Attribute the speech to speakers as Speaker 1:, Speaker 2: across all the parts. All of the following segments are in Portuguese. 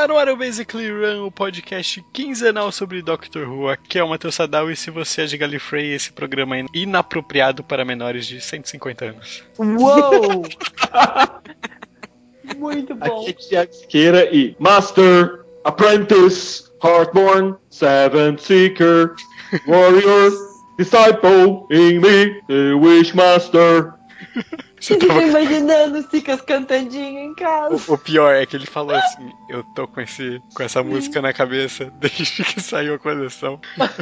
Speaker 1: Está no ar o Basically Run, o podcast quinzenal sobre Doctor Who. Aqui é o Matheus Sadal e se você é de Gallifrey, esse programa é inapropriado para menores de 150 anos.
Speaker 2: Uou! Muito bom.
Speaker 3: Aqui é Thiago Siqueira e Master, Apprentice, Heartborn, Seventh Seeker, Warrior, Disciple, in me, the Wishmaster.
Speaker 2: Você tava imaginando o Cicas cantandinho em casa.
Speaker 1: O pior é que ele falou assim, eu tô com essa música na cabeça desde que saiu a coleção.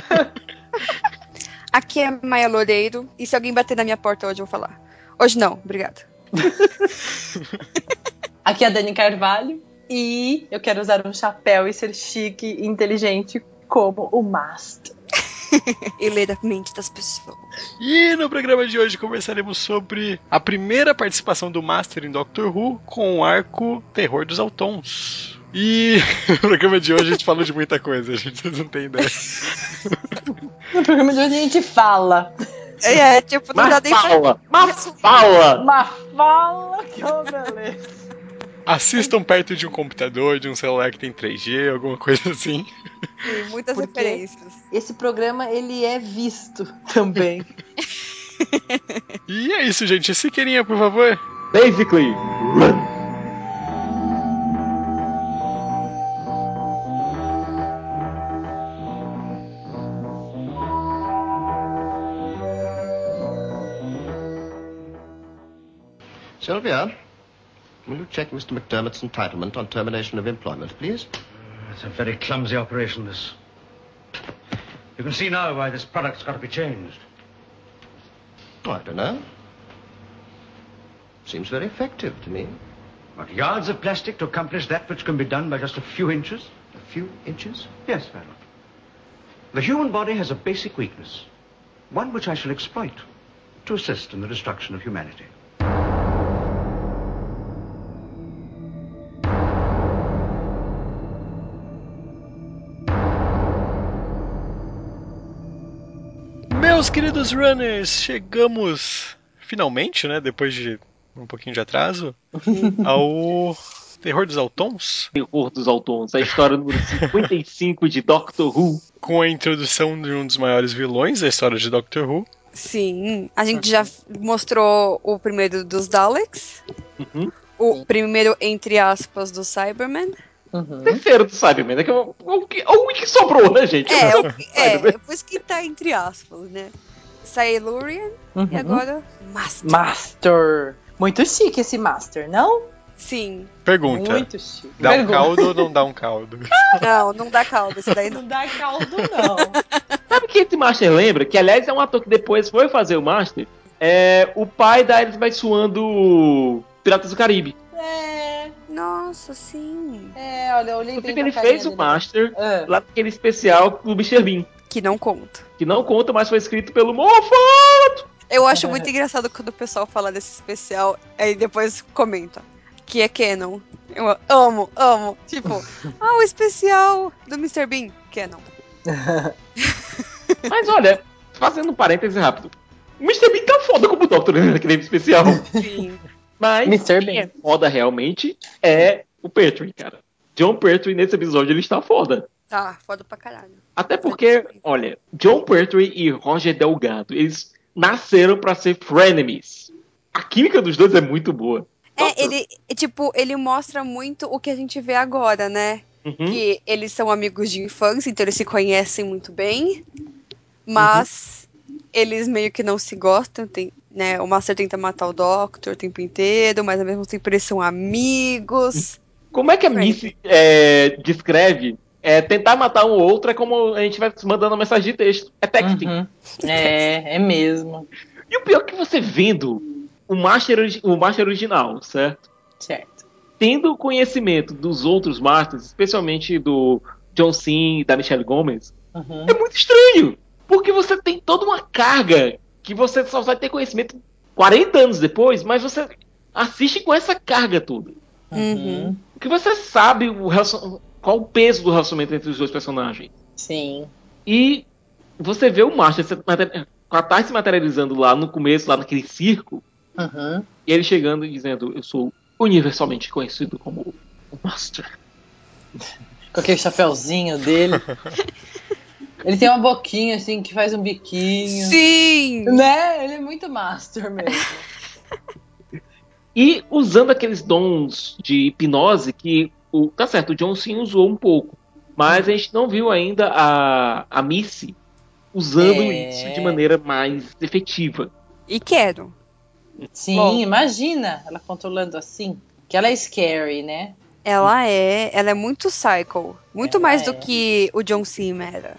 Speaker 4: Aqui é Maia Loureiro, e se alguém bater na minha porta hoje eu vou falar. Hoje não, obrigada.
Speaker 2: Aqui é a Dani Carvalho e eu quero usar um chapéu e ser chique e inteligente como o Master.
Speaker 4: E ler a mente das pessoas.
Speaker 1: E no programa de hoje conversaremos sobre a primeira participação do Master em Doctor Who com o arco Terror dos Autons. E no programa de hoje a gente falou de muita coisa, vocês não têm ideia.
Speaker 2: No programa de hoje a gente fala.
Speaker 4: Tipo, não dá nem
Speaker 3: Mas fala!
Speaker 2: Mas fala que é uma beleza.
Speaker 1: Assistam perto de um computador, de um celular que tem 3G, alguma coisa assim.
Speaker 4: Sim, muitas
Speaker 2: Porque
Speaker 4: referências.
Speaker 2: esse programa, ele é visto também.
Speaker 1: E é isso, gente. Siqueirinha, por favor.
Speaker 3: Basically, run!
Speaker 5: Sylvia, will you check Mr. McDermott's entitlement on termination of employment, please?
Speaker 6: It's a very clumsy operation, this. You can see now why this product's got to be changed.
Speaker 5: Oh, I don't know. Seems very effective to me.
Speaker 6: What, yards of plastic to accomplish that which can be done by just a few inches?
Speaker 5: A few inches?
Speaker 6: Yes, Madam. The human body has a basic weakness, one which I shall exploit to assist in the destruction of humanity.
Speaker 1: Meus queridos runners, chegamos finalmente, né, depois de um pouquinho de atraso, ao Terror dos Autons.
Speaker 3: Terror dos Autons, a história número 55 de Doctor Who.
Speaker 1: Com a introdução de um dos maiores vilões da história de Doctor Who.
Speaker 4: Sim, a gente já mostrou o primeiro dos Daleks. O primeiro, entre aspas, do Cyberman.
Speaker 3: Terceiro do Cyberman, né? Que é o que sobrou, né, gente?
Speaker 4: Por isso que tá entre aspas, né? Silurian e agora
Speaker 2: Master. Muito chique esse Master, não?
Speaker 4: Sim.
Speaker 1: Pergunta.
Speaker 2: Muito chique.
Speaker 1: Dá um caldo ou não dá um caldo?
Speaker 4: Não dá caldo. Esse daí
Speaker 2: Não dá caldo, não.
Speaker 3: Sabe que esse Master lembra? Que, aliás, é um ator que depois foi fazer o Master. O pai da Alice vai suando Piratas do Caribe.
Speaker 4: Nossa, sim.
Speaker 2: Olha, eu olhei bem
Speaker 3: Inclusive, ele fez o Master lá naquele especial do Mr. Bean.
Speaker 4: Que não conta.
Speaker 3: Que não conta, mas foi escrito pelo Moffat.
Speaker 4: Eu acho muito engraçado quando o pessoal fala desse especial, aí depois comenta que é canon. Eu amo. Tipo, o especial do Mr. Bean, canon.
Speaker 3: Mas olha, fazendo um parêntese rápido, o Mr. Bean tá foda como Doctor naquele especial.
Speaker 4: Sim.
Speaker 3: Mas quem é foda realmente é o Pertwee, cara. John Pertwee nesse episódio ele está foda.
Speaker 4: Tá, foda pra caralho.
Speaker 3: Até porque, olha, John Pertwee e Roger Delgado, eles nasceram pra ser frenemies. A química dos dois é muito boa.
Speaker 4: Ele mostra muito o que a gente vê agora, né? Que eles são amigos de infância, então eles se conhecem muito bem, mas eles meio que não se gostam, né? O Master tenta matar o Doctor o tempo inteiro, mas ao mesmo tempo eles são amigos.
Speaker 3: Como é que a Missy descreve? Tentar matar um ou outro é como a gente vai mandando uma mensagem de texto. É texting.
Speaker 2: É mesmo.
Speaker 3: E o pior é que você vendo o Master original, certo?
Speaker 2: Certo.
Speaker 3: Tendo conhecimento dos outros Masters, especialmente do John Sim e da Michelle Gomez, é muito estranho. Porque você tem toda uma carga que você só vai ter conhecimento 40 anos depois, mas você assiste com essa carga toda. Porque você sabe qual o peso do relacionamento entre os dois personagens.
Speaker 2: Sim.
Speaker 3: E você vê o Master com a Tarde se materializando lá no começo, lá naquele circo, e ele chegando e dizendo, eu sou universalmente conhecido como o Master.
Speaker 2: Com aquele chapéuzinho dele. Ele tem uma boquinha assim que faz um biquinho.
Speaker 4: Sim!
Speaker 2: Né? Ele é muito master mesmo.
Speaker 3: E usando aqueles dons de hipnose que tá certo, o John Cena usou um pouco, mas a gente não viu ainda a Missy usando isso de maneira mais efetiva.
Speaker 4: E quero.
Speaker 2: Sim,
Speaker 4: Bom.
Speaker 2: imagina ela controlando assim. Que ela é scary, né?
Speaker 4: Ela é muito psycho. Muito
Speaker 2: Ela
Speaker 4: mais do
Speaker 2: é.
Speaker 4: que o John Cena era.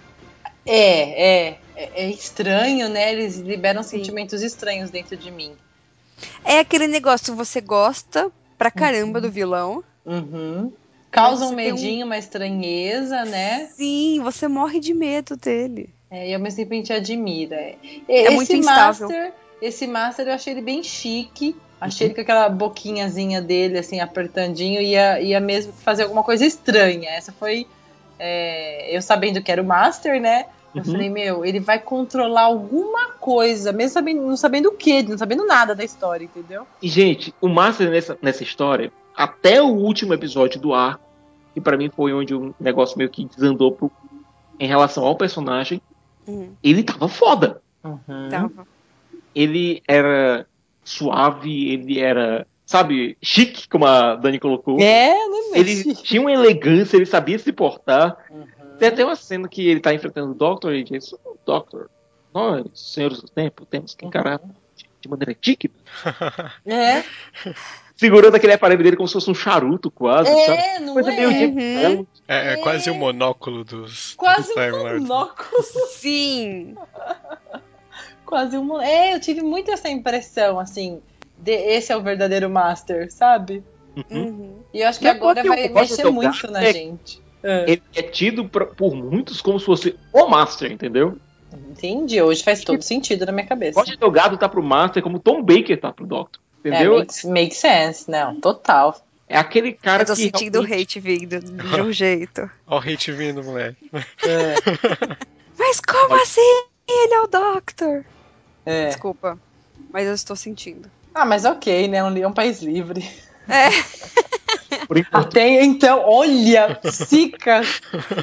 Speaker 2: É estranho, né? Eles liberam
Speaker 4: Sim.
Speaker 2: sentimentos estranhos dentro de mim.
Speaker 4: É aquele negócio, você gosta pra caramba do vilão.
Speaker 2: Uhum. Causa
Speaker 4: Mas
Speaker 2: um
Speaker 4: você tem
Speaker 2: medinho, uma estranheza, né?
Speaker 4: Sim, você morre de medo dele.
Speaker 2: E ao mesmo tempo a gente admira.
Speaker 4: É muito instável.
Speaker 2: Esse Master eu achei ele bem chique. Achei ele com aquela boquinhazinha dele, assim, apertandinho, ia mesmo fazer alguma coisa estranha. Essa foi. Eu sabendo que era o Master, né? Eu falei, ele vai controlar alguma coisa, mesmo não sabendo o quê, não sabendo nada da história, entendeu?
Speaker 3: E, gente, o Master nessa história, até o último episódio do arco, que pra mim foi onde o negócio meio que desandou em relação ao personagem, ele tava foda.
Speaker 4: Tava.
Speaker 3: Ele era suave, ele era, sabe, chique, como a Dani colocou. Ele tinha uma elegância, ele sabia se portar. Tem até uma cena que ele tá enfrentando o Doctor e diz: Doctor, nós, senhores do tempo, temos que encarar de maneira digna. Segurando aquele aparelho dele como se fosse um charuto, quase. Sabe?
Speaker 2: Não
Speaker 3: coisa
Speaker 2: é?
Speaker 3: meio
Speaker 1: É quase o monóculo dos
Speaker 2: Quase
Speaker 1: Time
Speaker 2: um
Speaker 1: Lords.
Speaker 2: monóculo.
Speaker 4: Sim.
Speaker 2: Quase um. Eu tive muito essa impressão, assim. Esse é o verdadeiro Master, sabe? E eu acho que agora vai mexer muito na gente.
Speaker 3: Ele é tido por muitos como se fosse o Master, entendeu?
Speaker 2: Entendi, hoje faz todo sentido na minha cabeça.
Speaker 3: Roger Delgado tá pro Master como Tom Baker tá pro Doctor, entendeu?
Speaker 2: Make sense, não, total.
Speaker 3: É aquele cara
Speaker 4: Eu tô
Speaker 3: que
Speaker 4: sentindo o
Speaker 3: realmente...
Speaker 4: hate vindo de um jeito.
Speaker 1: Ó o hate vindo, moleque.
Speaker 4: Mas como assim? Ele é o Doctor.
Speaker 2: É.
Speaker 4: Desculpa, mas eu estou sentindo.
Speaker 2: Mas ok, né? É um país livre.
Speaker 3: Por enquanto.
Speaker 2: Até então, olha, psicas.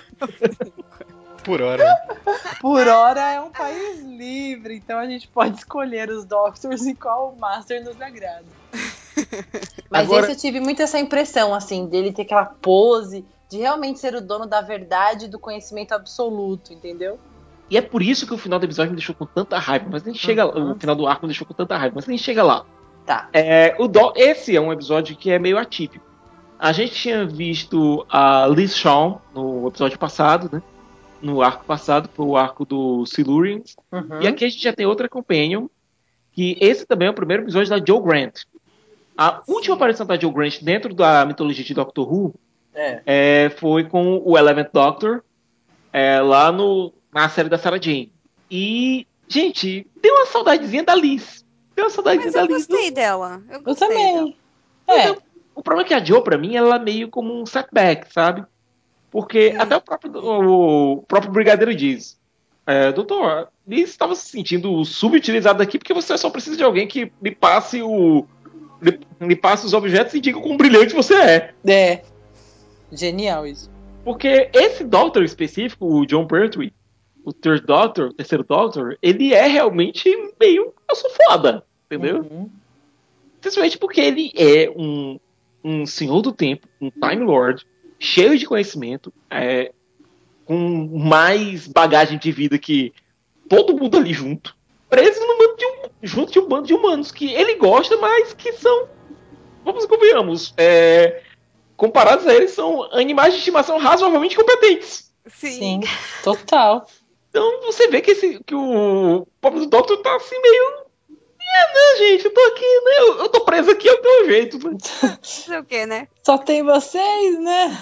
Speaker 1: Por hora.
Speaker 2: Por hora é um país livre, então a gente pode escolher os Doctors e qual Master nos agrada. Mas
Speaker 3: Agora...
Speaker 2: esse eu tive muito essa impressão, assim, dele ter aquela pose de realmente ser o dono da verdade e do conhecimento absoluto, entendeu?
Speaker 3: E é por isso que o final do episódio me deixou com tanta raiva. Mas a gente chega... O final do arco me deixou com tanta raiva. Mas a gente chega lá.
Speaker 2: Tá.
Speaker 3: Esse é um episódio que é meio atípico. A gente tinha visto a Liz Shawn no episódio passado, né? No arco passado, foi o arco do Silurians. E aqui a gente já tem outra companion, que esse também é o primeiro episódio da Jo Grant. A última aparição da Jo Grant dentro da mitologia de Doctor Who foi com o 11th Doctor, lá na série da Sarah Jane. E, gente, tem uma saudadezinha da Liz.
Speaker 4: Mas eu gostei dela. Eu
Speaker 2: também.
Speaker 4: Dela.
Speaker 3: O problema é que a Jo, pra mim, ela é meio como um setback, sabe? Porque até o próprio Brigadeiro diz: doutor, Liz estava se sentindo subutilizado aqui porque você só precisa de alguém que lhe passe os objetos e diga o quão brilhante você é.
Speaker 2: Genial isso.
Speaker 3: Porque esse Doctor específico, o John Pertwee, o terceiro Doctor, ele é realmente meio... Eu sou foda, entendeu? Principalmente porque ele é um senhor do tempo, um Time Lord, cheio de conhecimento, com mais bagagem de vida que todo mundo ali junto, preso junto de um bando de humanos que ele gosta, mas que são, vamos convenhamos, comparados a ele, são animais de estimação razoavelmente competentes.
Speaker 2: Sim, total.
Speaker 3: Então você vê que o pobre do Doctor tá assim meio... né, gente, eu tô aqui, né? Eu tô preso aqui, é o meu jeito. Né?
Speaker 4: Fazer o quê, né?
Speaker 2: Só tem vocês, né?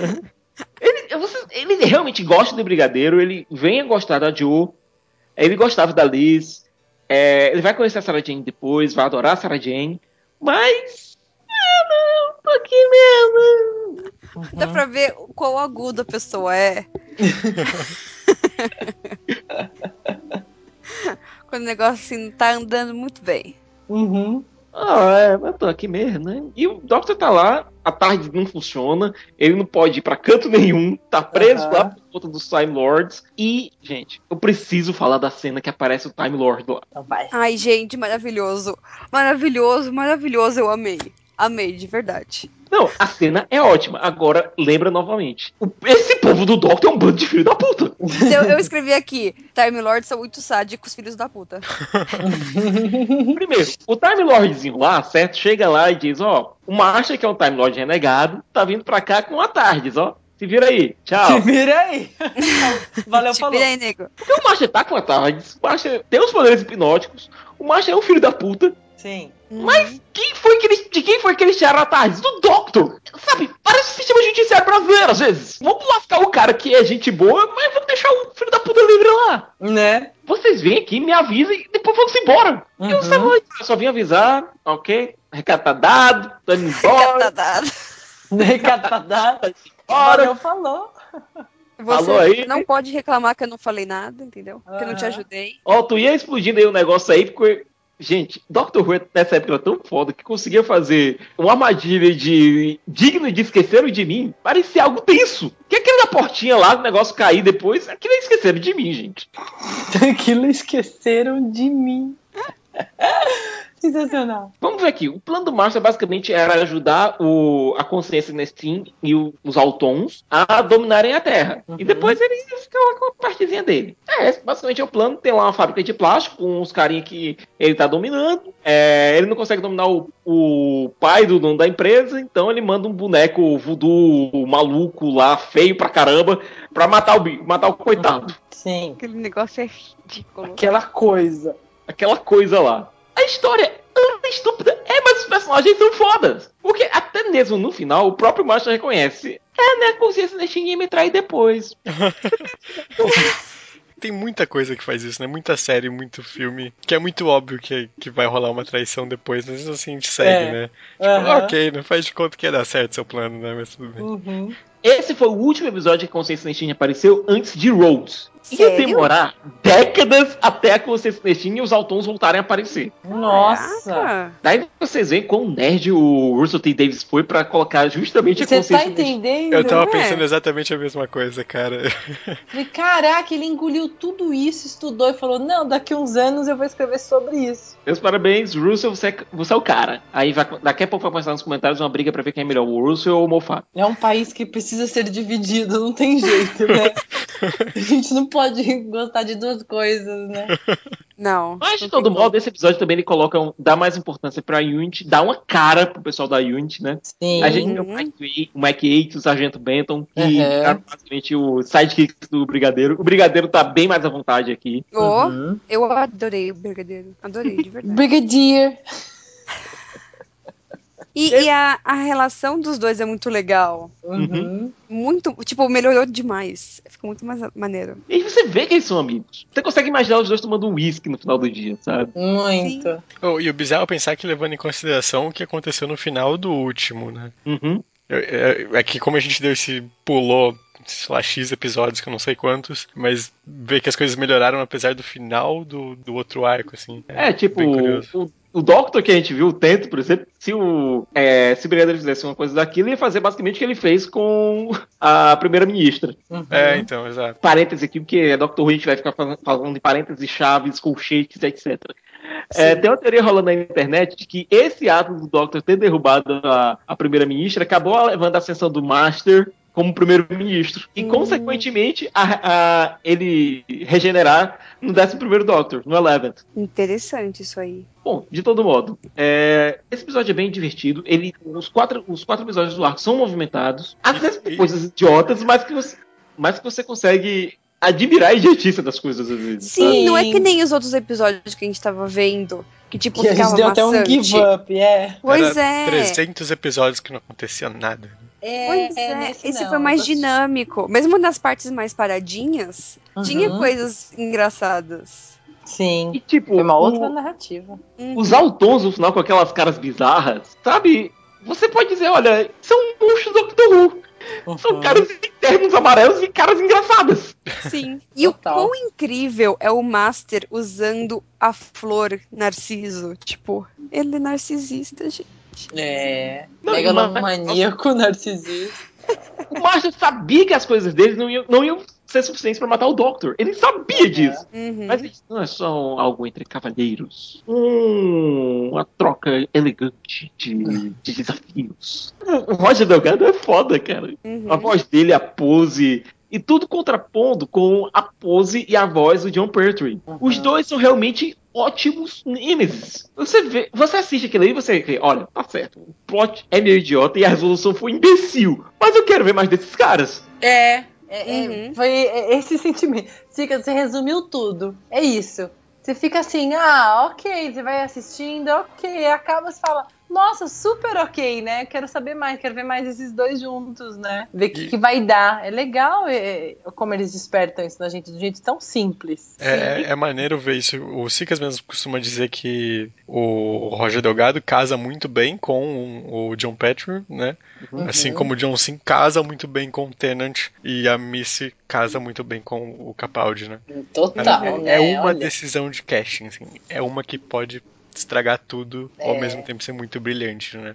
Speaker 3: Ele realmente gosta do Brigadeiro, ele vem a gostar da Jo, ele gostava da Liz, ele vai conhecer a Sarah Jane depois, vai adorar a Sarah Jane, mas... não, tô aqui mesmo.
Speaker 4: Dá pra ver o quão agudo a pessoa é. Quando o negócio assim não tá andando muito bem.
Speaker 3: Eu tô aqui mesmo, né? E o Doctor tá lá, a tarde não funciona, ele não pode ir pra canto nenhum, tá preso lá por conta dos Time Lords. E, gente, eu preciso falar da cena que aparece o Time Lord lá.
Speaker 2: Então vai.
Speaker 4: Ai, gente, maravilhoso. Maravilhoso, maravilhoso, eu amei. Amei, de verdade.
Speaker 3: Não, a cena é ótima. Agora, lembra novamente. Esse povo do Doctor é um bando de filho da puta.
Speaker 4: Eu escrevi aqui, Time Lords são muito sádicos, filhos da puta.
Speaker 3: Primeiro, o Time Lordzinho lá, certo? Chega lá e diz, ó, o Marshall, que é um Time Lord renegado, tá vindo pra cá com a Tardes, ó. Se vira aí, tchau.
Speaker 2: Se vira aí. Valeu, falou.
Speaker 4: Se vira aí, nego.
Speaker 3: Porque o Marshall tá com a Tardes, o Marshall tem os poderes hipnóticos, o Marshall é um filho da puta.
Speaker 2: Sim.
Speaker 3: Mas de quem foi que eles tiraram a Tardes? Do Doctor! Sabe, parece o sistema judiciário brasileiro às vezes. Vamos lascar o cara que é gente boa, mas vamos deixar o filho da puta livre lá.
Speaker 2: Né?
Speaker 3: Vocês vêm aqui, me avisam e depois vamos embora. E eu só vim avisar, ok? Recado tá dado, tô indo embora.
Speaker 2: Recado tá dado.
Speaker 3: Ora,
Speaker 2: Valeu, falou.
Speaker 3: Falou aí.
Speaker 4: Não pode reclamar que eu não falei nada, entendeu? Que eu não te ajudei.
Speaker 3: Ó, tu ia explodindo aí o negócio aí, porque... Gente, Doctor Who nessa época era tão foda que conseguia fazer uma armadilha de digno de Esqueceram de Mim. Parecia algo tenso. Que aquele da portinha lá, o negócio cair depois, aquilo é Esqueceram de Mim, gente.
Speaker 2: Aquilo Esqueceram de Mim. Sensacional.
Speaker 3: Vamos ver aqui. O plano do Marshall basicamente era ajudar a consciência Nestin e os Autons a dominarem a Terra. E depois ele fica lá com a partezinha dele. Esse basicamente é o plano. Tem lá uma fábrica de plástico com uns carinha que ele tá dominando. Ele não consegue dominar o pai do dono da empresa, então ele manda um boneco voodoo maluco lá, feio pra caramba, pra matar o coitado.
Speaker 2: Sim.
Speaker 4: Aquele negócio é ridículo.
Speaker 2: Aquela coisa
Speaker 3: lá. A história é estúpida, mas os personagens são fodas. Porque até mesmo no final, o próprio Marshall reconhece. Né, a consciência da Shin me trai depois.
Speaker 1: Tem muita coisa que faz isso, né? Muita série, muito filme, que é muito óbvio que vai rolar uma traição depois, mas assim a gente segue, né? Tipo, ok, não faz de conta que ia dar certo seu plano, né? Mas tudo bem.
Speaker 3: Esse foi o último episódio que a Consciência Nestin apareceu antes de Rhodes.
Speaker 4: Sério?
Speaker 3: Ia demorar décadas até a Consciência Nestin e os Autons voltarem a aparecer.
Speaker 2: Nossa!
Speaker 4: Caraca.
Speaker 3: Daí vocês veem quão nerd o Russell T. Davies foi pra colocar justamente a
Speaker 2: Você
Speaker 3: Consciência
Speaker 2: tá
Speaker 3: Nestin.
Speaker 2: entendendo?
Speaker 1: Eu tava pensando exatamente a mesma coisa, cara.
Speaker 2: Falei, caraca, ele engoliu tudo isso, estudou e falou, não, daqui uns anos eu vou escrever sobre isso.
Speaker 3: Meus parabéns, Russell, você é o cara. Aí daqui a pouco vai passar nos comentários uma briga pra ver quem é melhor, o Russell ou o Moffat.
Speaker 2: É um país que precisa ser dividido, não tem jeito, né? A gente não pode gostar de duas coisas, né?
Speaker 4: Não.
Speaker 3: Mas, de
Speaker 4: não
Speaker 3: todo
Speaker 4: tem
Speaker 3: modo, esse episódio também ele dá mais importância pra Unity, dá uma cara pro pessoal da Unity, né?
Speaker 2: Sim.
Speaker 3: A gente tem o Mike Yates, o Sargento Benton, que viraram basicamente o sidekicks do Brigadeiro. O Brigadeiro tá bem mais à vontade aqui.
Speaker 4: Eu adorei o Brigadeiro. Adorei, de verdade.
Speaker 2: Brigadier.
Speaker 4: E a relação dos dois é muito legal. Muito, tipo, melhorou demais. Ficou muito mais maneiro.
Speaker 3: E aí você vê que eles são amigos. Você consegue imaginar os dois tomando um whisky no final do dia, sabe?
Speaker 2: Muito.
Speaker 1: E o bizarro é pensar que levando em consideração o que aconteceu no final do último, né? É que como a gente pulou, sei lá, X episódios, que eu não sei quantos, mas ver que as coisas melhoraram apesar do final do outro arco, assim.
Speaker 3: Tipo,
Speaker 1: bem curioso.
Speaker 3: o Doctor que a gente viu, o Tento, por exemplo, se o Brigadeiro fizesse uma coisa daquilo, ia fazer basicamente o que ele fez com a primeira-ministra.
Speaker 1: Então, exato.
Speaker 3: Parênteses aqui, porque Doctor Who a gente vai ficar falando de parênteses chaves, colchetes, etc. Tem uma teoria rolando na internet de que esse ato do Doctor ter derrubado a primeira-ministra acabou levando a ascensão do Master como primeiro-ministro. E, consequentemente, ele regenerar no 11º Doctor, no 11th.
Speaker 4: Interessante isso aí.
Speaker 3: Bom, de todo modo, esse episódio é bem divertido. Os quatro episódios do arco são movimentados. Às vezes tem coisas idiotas, mas que você consegue admirar a idiotice das coisas às vezes.
Speaker 4: Sim,
Speaker 3: sabe?
Speaker 4: não é que nem os outros episódios que a gente tava vendo, que tipo,
Speaker 2: Que a gente
Speaker 4: ficava
Speaker 2: deu até um
Speaker 4: maçante.
Speaker 2: give up,
Speaker 4: Pois
Speaker 1: Era 300 episódios que não acontecia nada.
Speaker 4: Pois é,
Speaker 2: nesse
Speaker 4: esse
Speaker 2: não,
Speaker 4: foi mais dinâmico. Mesmo nas partes mais paradinhas, tinha coisas engraçadas.
Speaker 2: Sim.
Speaker 3: E, tipo,
Speaker 2: Foi uma outra narrativa.
Speaker 3: Os Autons no final com aquelas caras bizarras, sabe? Você pode dizer, olha, são monstros do Doctor Who. São caras internos amarelos e caras engraçadas.
Speaker 4: Sim. E
Speaker 2: Total.
Speaker 4: o quão incrível é o Master usando a flor Narciso. Tipo, ele é narcisista, gente.
Speaker 2: É.
Speaker 3: Não,
Speaker 2: Megalomaníaco, narcisista.
Speaker 3: O Master sabia que as coisas dele não iam ser suficientes pra matar o Doctor. Ele sabia disso.
Speaker 4: Uhum.
Speaker 3: Mas isso não é só algo entre cavalheiros. Uma troca elegante de desafios. O Roger Delgado é foda, cara. A voz dele, a pose... E tudo contrapondo com a pose e a voz do John Pertwee. Os dois são realmente ótimos Nemesis. Você assiste aquilo aí e você vê, olha, tá certo. O plot é meio idiota e a resolução foi imbecil. Mas eu quero ver mais desses caras.
Speaker 2: Foi esse sentimento. Sica, você resumiu tudo. É isso. Você fica assim, ok, você vai assistindo, ok. Acaba, você fala, nossa, super ok, né? Quero saber mais, quero ver mais esses dois juntos, né? Ver o que vai dar. É legal como eles despertam isso na gente de um jeito tão simples.
Speaker 1: É maneiro ver isso. O Sicas mesmo costuma dizer que o Roger Delgado casa muito bem com o John Petrie, né? Assim como o John Sim casa muito bem com o Tennant e a Missy casa muito bem com o Capaldi, né?
Speaker 2: Total, né?
Speaker 1: É uma
Speaker 2: Olha.
Speaker 1: decisão de casting, assim. É uma que pode estragar tudo ao mesmo tempo ser muito brilhante, né?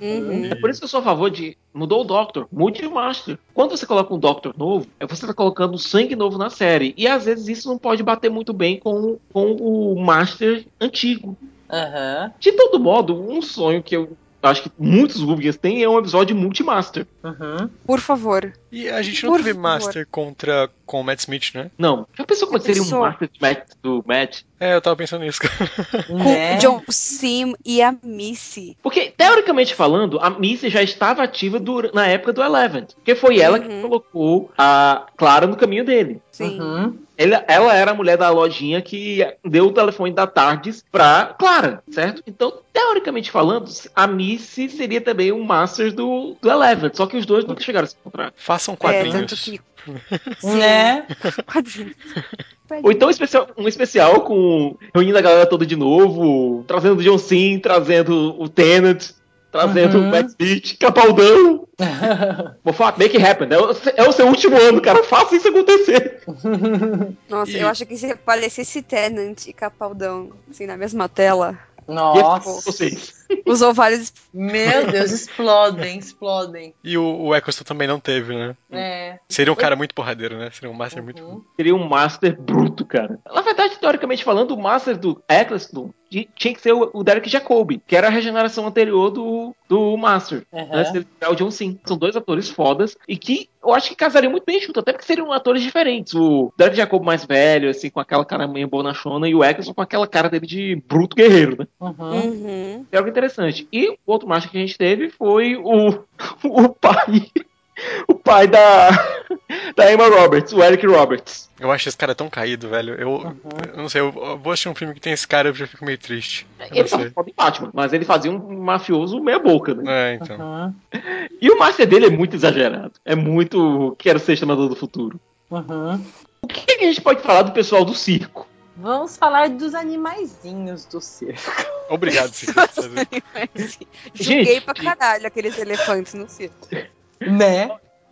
Speaker 3: É por isso que eu sou a favor de... Mudou o Doctor, mude o Master. Quando você coloca um Doctor novo, você tá colocando sangue novo na série. E às vezes isso não pode bater muito bem com o Master antigo. De todo modo, um sonho que eu acho que muitos Rubians têm é um episódio multi-Master.
Speaker 4: Por favor.
Speaker 1: E a gente não teve Master com o Matt Smith, né?
Speaker 3: Não. Já pensou como seria um Master do Matt?
Speaker 1: Eu tava pensando nisso.
Speaker 4: Com John Sim e a Missy.
Speaker 3: Porque, teoricamente falando, a Missy já estava ativa na época do Eleven. Porque foi ela que colocou a Clara no caminho dele.
Speaker 4: Sim.
Speaker 3: Ela era a mulher da lojinha que deu o telefone da Tardes pra Clara, certo? Então, teoricamente falando, a Missy seria também um Master do Eleven. Só que os dois nunca chegaram a se encontrar.
Speaker 1: Façam quadrinhos.
Speaker 4: Tanto que... Sim.
Speaker 2: Né?
Speaker 4: Quadrinhos.
Speaker 3: Ou então um especial com reunindo a galera toda de novo, trazendo o John Sim, trazendo o Tennant, trazendo o Matt Smith, Capaldão. Vou falar, make it happen. É o seu último ano, cara. Faça isso acontecer.
Speaker 4: Nossa, eu acho que se aparecesse Tennant e Capaldão, assim, na mesma tela...
Speaker 2: Nossa.
Speaker 3: Vocês.
Speaker 4: Os ovários...
Speaker 2: Meu Deus, explodem.
Speaker 1: E o Eccleston também não teve, né? Seria um cara muito porradeiro, né? Seria um Master muito...
Speaker 3: Seria um Master bruto, cara. Na verdade, teoricamente falando, o Master do Eccleston tinha que ser o Derek Jacobi, que era a regeneração anterior do Master. Antes dele virar o John Sim. São dois atores fodas e que eu acho que casariam muito bem junto, até porque seriam atores diferentes. O Derek Jacobi mais velho, assim, com aquela cara meio bonachona, e o Eccleston com aquela cara dele de bruto guerreiro, né? É algo interessante. E o outro Master que a gente teve foi o pai... O pai da Emma Roberts, o Eric Roberts.
Speaker 1: Eu acho esse cara tão caído, velho. Eu não sei, eu vou assistir um filme que tem esse cara, eu já fico meio triste.
Speaker 3: Ele fazia em Batman, mas ele fazia um mafioso meia boca, né?
Speaker 1: Então.
Speaker 3: E o Master dele é muito exagerado. É muito... Quero ser Exterminador do Futuro. O que a gente pode falar do pessoal do circo?
Speaker 2: Vamos falar dos animaizinhos do circo.
Speaker 1: Obrigado, Ciclo.
Speaker 4: Joguei pra caralho aqueles elefantes no circo.
Speaker 2: Né?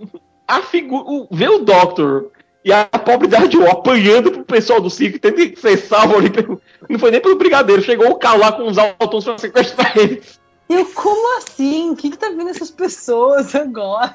Speaker 3: Ver o Doctor e a pobre da Joe apanhando pro pessoal do circo, tendo que ser salvo ali. Não foi nem pelo brigadeiro. Chegou o carro lá com os autons pra sequestrar eles.
Speaker 2: Como assim? O que tá vindo essas pessoas agora?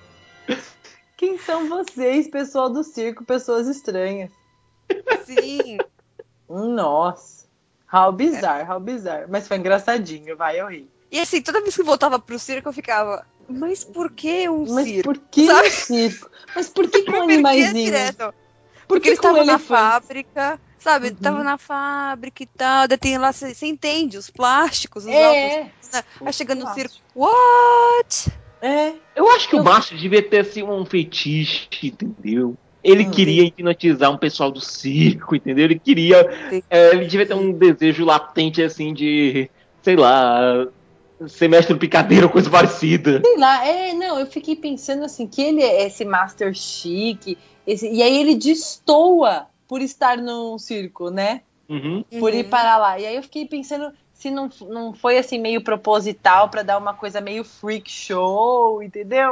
Speaker 2: Quem são vocês, pessoal do circo, pessoas estranhas?
Speaker 4: Sim.
Speaker 2: Nossa. How bizarre. Mas foi engraçadinho, vai, eu ri.
Speaker 4: E assim, toda vez que eu voltava pro circo, eu ficava... Mas por que um circo?
Speaker 2: Por que um circo? Mas por que com animaizinhos?
Speaker 4: Porque eles estavam na fábrica, sabe? Estavam na fábrica e tal. Daí tem lá, você entende, os plásticos, os altos. Né? Aí chegando no circo, what?
Speaker 3: Eu acho que o Márcio devia ter assim um fetiche, entendeu? Ele queria hipnotizar um pessoal do circo, entendeu? Ele queria... ele devia ter um desejo latente, assim, de... Sei lá... Ser mestre do picadeiro, coisa parecida.
Speaker 2: Sei lá, não, eu fiquei pensando assim, que ele é esse master chique, e aí ele destoa por estar num circo, né? Por ir para lá. E aí eu fiquei pensando se não foi assim meio proposital pra dar uma coisa meio freak show, entendeu?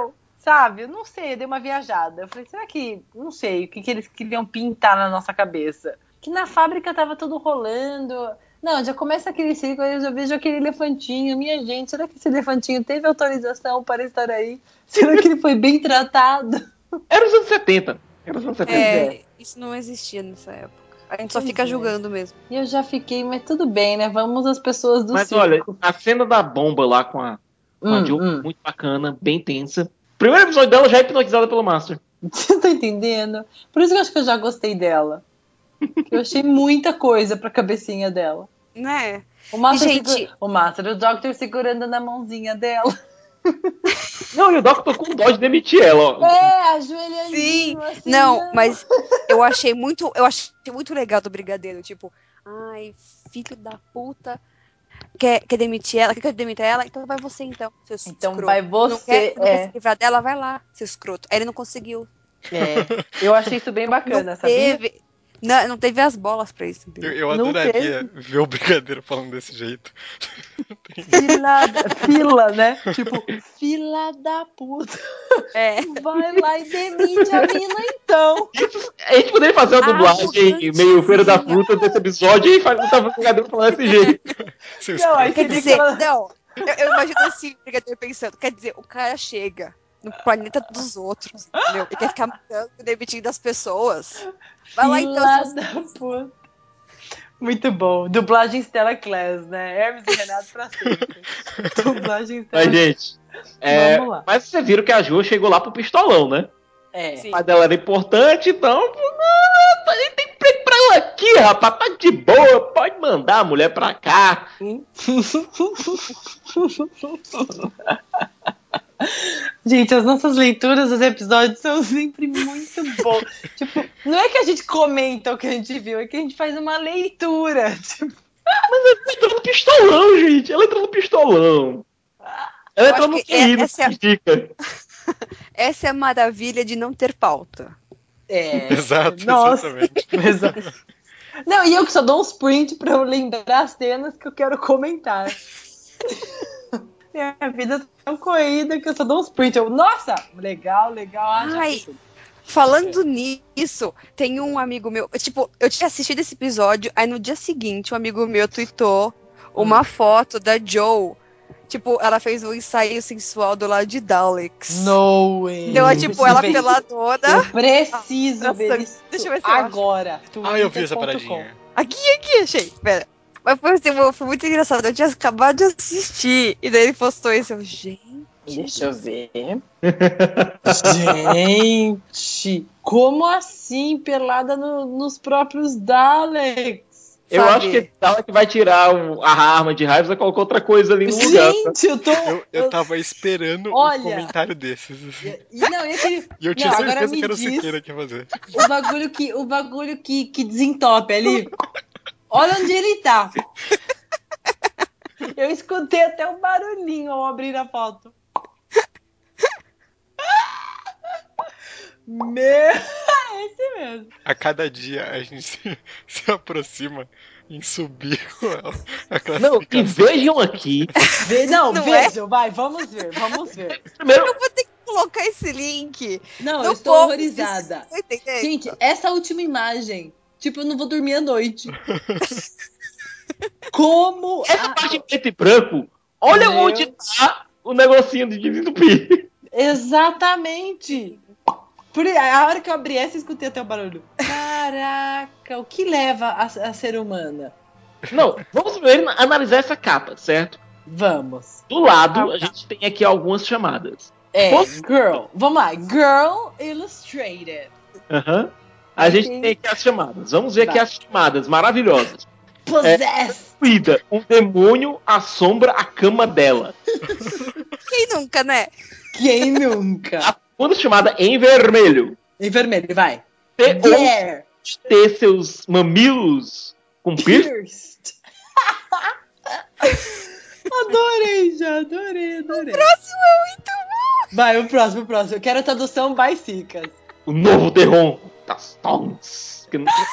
Speaker 2: sabe? Eu não sei, eu dei uma viajada. Eu falei, será que... Não sei, o que eles queriam pintar na nossa cabeça? Que na fábrica tava tudo rolando. Não, já começa aquele circo, aí eu já vejo aquele elefantinho. Minha gente, será que esse elefantinho teve autorização para estar aí? Será que ele foi bem tratado?
Speaker 3: Era os anos 70. Era os anos 70.
Speaker 4: Isso não existia nessa época. A gente só fica julgando mesmo.
Speaker 2: E eu já fiquei, mas tudo bem, né? Vamos as pessoas do
Speaker 3: Mas
Speaker 2: circo.
Speaker 3: olha, a cena da bomba lá com a Joe, muito bacana, bem tensa. Primeiro episódio dela já é hipnotizada pelo Master.
Speaker 2: Você tá entendendo? Por isso que eu acho que eu já gostei dela. Eu achei muita coisa pra cabecinha dela.
Speaker 4: Né?
Speaker 2: O Master,
Speaker 4: gente...
Speaker 2: o Doctor segurando na mãozinha dela.
Speaker 3: Não, e o Doctor com dó de demitir ela, ó.
Speaker 2: Ajoelhadinho assim.
Speaker 4: Não, mas eu achei muito legal do Brigadeiro, tipo, ai, filho da puta, quer demitir ela, quer que eu demita ela? Então vai você então, seu escroto.
Speaker 2: Então vai você,
Speaker 4: não quer se livrar dela? Vai lá, seu escroto. Aí ele não conseguiu.
Speaker 2: Eu achei isso bem bacana, sabia?
Speaker 4: Não teve as bolas pra isso.
Speaker 1: Eu adoraria ver o Brigadeiro falando desse jeito.
Speaker 2: Fila, né? Tipo, fila da puta. Vai lá e demite a mina então.
Speaker 3: A gente poderia fazer uma dublagem meio Feira da Fruta desse episódio e tava o Brigadeiro falando desse jeito.
Speaker 2: Não, aí
Speaker 4: quer dizer, não. Eu imagino assim, o Brigadeiro pensando, quer dizer, o cara chega no planeta dos outros, entendeu? E quer ficar mandando e demitindo as pessoas. Vai lá então,
Speaker 2: da puta. Muito bom. Dublagem Stella Class, né? Hermes e Renato pra sempre. Dublagem Stella Class.
Speaker 3: Mas, gente,
Speaker 2: vamos lá.
Speaker 3: Mas vocês viram que a Jo chegou lá pro pistolão, né?
Speaker 2: Sim.
Speaker 3: O pai dela era importante, então. Tem emprego pra ela aqui, rapaz. Tá de boa. Pode mandar a mulher pra cá.
Speaker 2: Gente, as nossas leituras dos episódios são sempre muito boas. Tipo, não é que a gente comenta o que a gente viu, é que a gente faz uma leitura. Tipo...
Speaker 3: Mas ela entrou no pistolão, gente. Ela entrou no pistolão. Ela entrou no QI,
Speaker 4: Essa é a maravilha de não ter pauta.
Speaker 1: Exato,
Speaker 2: nossa,
Speaker 1: exatamente.
Speaker 2: Não, e eu que só dou uns print pra eu lembrar as cenas que eu quero comentar. Minha vida tá tão corrida que eu só dou uns print. Nossa, legal.
Speaker 4: Ai, falando nisso, tem um amigo meu... Tipo, eu tinha assistido esse episódio, aí no dia seguinte um amigo meu tweetou uma foto da Joe. Tipo, ela fez um ensaio sensual do lado de Daleks.
Speaker 2: No way.
Speaker 4: Então, tipo, ela peladona.
Speaker 2: Eu preciso ver isso.
Speaker 4: Deixa eu ver se
Speaker 2: agora.
Speaker 1: Eu vi essa paradinha.
Speaker 4: Aqui, achei. Pera. Mas foi muito engraçado. Eu tinha acabado de assistir. E daí ele postou isso. Eu, gente.
Speaker 2: Deixa eu ver. Gente. Como assim? Pelada nos próprios Daleks?
Speaker 3: Eu acho que ela que vai tirar a arma de raiva e colocar outra coisa ali no lugar.
Speaker 2: Gente,
Speaker 1: eu tava esperando um comentário desses. Assim. E eu tinha certeza que era o Siqueira que ia fazer.
Speaker 2: O bagulho que desentope ali. Olha onde ele tá. Eu escutei até um barulhinho ao abrir a foto. Esse mesmo.
Speaker 1: A cada dia a gente se aproxima em subir a classificação.
Speaker 3: Não, e vejam aqui.
Speaker 2: Vejam, vai, vamos ver.
Speaker 3: Primeiro,
Speaker 4: eu vou ter que colocar esse link.
Speaker 2: Não, eu estou horrorizada. Gente, essa última imagem, tipo, eu não vou dormir à noite. Como?
Speaker 3: Essa parte em preto e branco, olha onde tá o negocinho de desentupir.
Speaker 2: Exatamente. A hora que eu abri essa, eu escutei até o barulho. Caraca, o que leva a ser humana?
Speaker 3: Não, vamos primeiro analisar essa capa, certo?
Speaker 2: Vamos.
Speaker 3: Do lado, a gente tem aqui algumas chamadas.
Speaker 2: Girl. Vamos lá. Girl Illustrated.
Speaker 3: A gente tem aqui as chamadas. Vamos ver aqui as chamadas maravilhosas.
Speaker 2: Possessed.
Speaker 3: Um demônio assombra a cama dela.
Speaker 4: Quem nunca, né?
Speaker 2: Quem nunca?
Speaker 3: A segunda chamada em vermelho.
Speaker 2: Em vermelho, vai.
Speaker 3: Ter seus mamilos com
Speaker 2: pierced. Adorei.
Speaker 4: O próximo é muito bom.
Speaker 2: Vai, o próximo. Eu quero a tradução by Cicas.
Speaker 3: O novo terror das Tongs.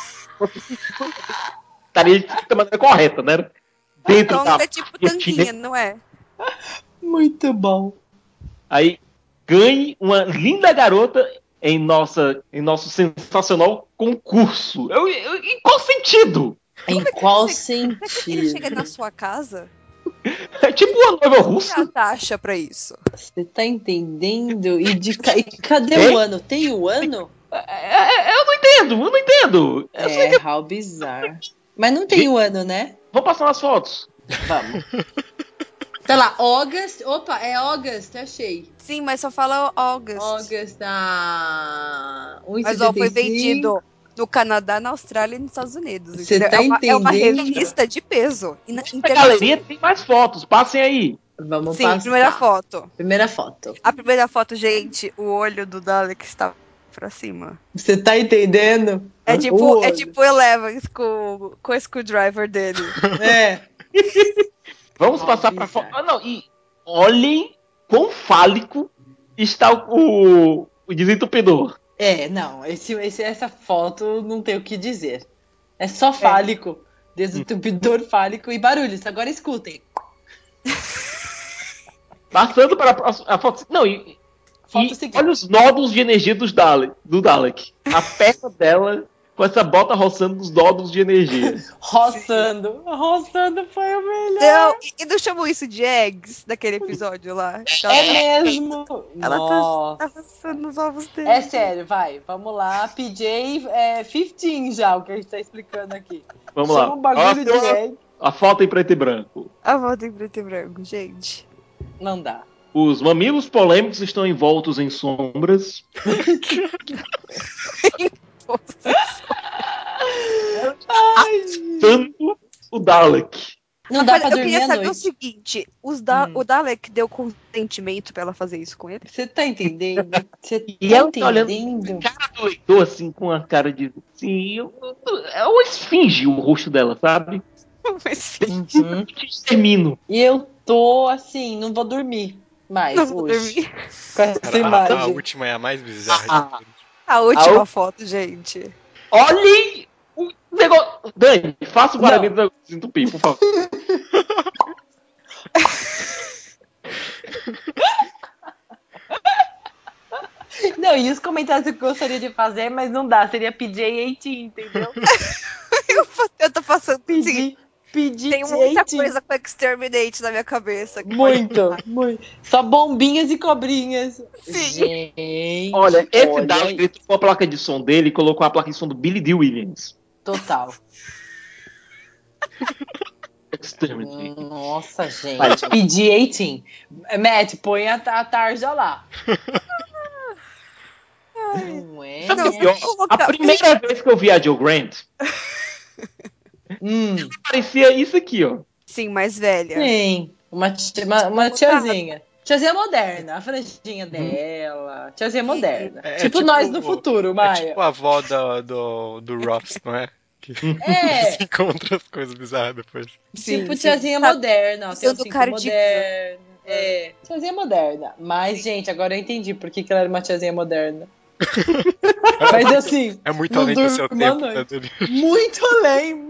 Speaker 3: Estaria da maneira correta, né? Dentro da
Speaker 4: é tipo tanguinha, não é?
Speaker 2: Muito bom.
Speaker 3: Aí, ganhe uma linda garota em nosso sensacional concurso. Em qual sentido?
Speaker 2: Em qual
Speaker 4: Ele
Speaker 2: sentido?
Speaker 4: chega na sua casa?
Speaker 3: É tipo uma noiva
Speaker 4: E a
Speaker 3: russa.
Speaker 4: taxa pra isso?
Speaker 2: Você tá entendendo? E cadê o ano? Tem o ano?
Speaker 3: Eu não entendo. Eu sei que
Speaker 2: How bizarro. Mas não tem o ano, né?
Speaker 3: vou passar umas fotos.
Speaker 2: Vamos. Tá lá, August. Opa, é August, achei.
Speaker 4: Sim, mas só fala August.
Speaker 2: August a
Speaker 4: Mas ó, foi
Speaker 2: 1,75.
Speaker 4: vendido no Canadá, na Austrália e nos Estados Unidos.
Speaker 2: Você
Speaker 4: Entendeu?
Speaker 2: tá
Speaker 4: É uma
Speaker 2: entendendo?
Speaker 4: revista de peso.
Speaker 3: A galeria tem mais fotos. Passem aí.
Speaker 2: Vamos
Speaker 4: Sim,
Speaker 2: passar.
Speaker 4: primeira foto.
Speaker 2: Primeira foto.
Speaker 4: A primeira foto, gente, o olho do Dalek está pra cima.
Speaker 2: Você tá entendendo?
Speaker 4: É
Speaker 2: O
Speaker 4: tipo
Speaker 2: olho.
Speaker 4: o Eleven com o screwdriver dele.
Speaker 2: É.
Speaker 3: Vamos passar pra
Speaker 2: bizarro.
Speaker 3: foto. Não, e olhem quão fálico está o desentupidor.
Speaker 2: Não, essa foto não tem o que dizer. É só fálico. Desentupidor fálico e barulhos. Agora escutem.
Speaker 3: Passando para a foto. Não,
Speaker 2: Foto seguinte.
Speaker 3: olha os nódulos de energia do Dalek. A perna dela com essa bota roçando nos nódulos de energia.
Speaker 2: Roçando. Roçando foi o melhor.
Speaker 4: Não, e não chamou isso de eggs daquele episódio lá?
Speaker 2: Mesmo.
Speaker 4: Ela
Speaker 2: Nossa.
Speaker 4: tá passando nos ovos dele.
Speaker 2: É sério, vai. Vamos lá. PJ 15 já, o que a gente tá explicando aqui.
Speaker 3: Vamos
Speaker 2: Chama
Speaker 3: lá.
Speaker 2: um bagulho de egg.
Speaker 3: A foto em preto e branco.
Speaker 4: A foto em preto e branco, gente.
Speaker 2: Não dá.
Speaker 3: Os mamilos polêmicos estão envoltos em sombras. Tanto o Dalek.
Speaker 2: Não dá
Speaker 4: Mas
Speaker 2: pra
Speaker 4: eu
Speaker 2: dormir
Speaker 4: queria
Speaker 2: à
Speaker 4: saber o
Speaker 2: noite.
Speaker 4: seguinte: o Dalek deu consentimento pra ela fazer isso com ele?
Speaker 2: Você tá entendendo? Você
Speaker 3: E
Speaker 2: tá
Speaker 3: ela tá olhando
Speaker 2: entendendo?
Speaker 3: a cara do leitor, assim, com a cara de. Assim, é uma esfinge o rosto dela, sabe?
Speaker 4: Mas
Speaker 2: Uhum.
Speaker 3: Termino.
Speaker 2: E eu tô assim, não vou dormir mais
Speaker 4: não vou
Speaker 2: hoje.
Speaker 4: dormir.
Speaker 2: Com essa
Speaker 1: Cara, a
Speaker 2: imagem.
Speaker 1: última é a mais bizarra.
Speaker 4: A última foto, gente.
Speaker 3: Olhem o negócio. Dani, faça o barulho do negócio desentupir, por favor.
Speaker 2: Não, e os comentários que eu gostaria de fazer, mas não dá. Seria PJ-18, entendeu?
Speaker 4: Eu tô passando assim.
Speaker 2: Pedir
Speaker 4: Tem muita coisa com Exterminate na minha cabeça.
Speaker 2: Muito. Só bombinhas e cobrinhas.
Speaker 4: Sim.
Speaker 2: Gente.
Speaker 3: Olha, esse Dalek, ele trocou a placa de som dele e colocou a placa de som do Billy Dee Williams.
Speaker 2: Total.
Speaker 3: Exterminate.
Speaker 2: Nossa, gente. PG-18. Matt, põe a tarja lá. Não é?
Speaker 3: A primeira vez que eu vi a Joe Grant, parecia isso aqui, ó.
Speaker 4: Sim, mais velha.
Speaker 2: Sim, uma tiazinha. Tiazinha moderna, a franjinha dela. Tiazinha moderna. Tipo nós no futuro, Maia.
Speaker 1: É tipo a avó do Ross, não é? Que se encontra as coisas bizarras depois.
Speaker 2: Tipo tiazinha moderna, ó, tem um cinto moderno. Tiazinha moderna. Mas, gente, agora eu entendi por que ela era uma tiazinha moderna. Mas assim,
Speaker 1: é muito além do seu tempo, né, Dani?
Speaker 2: Muito além.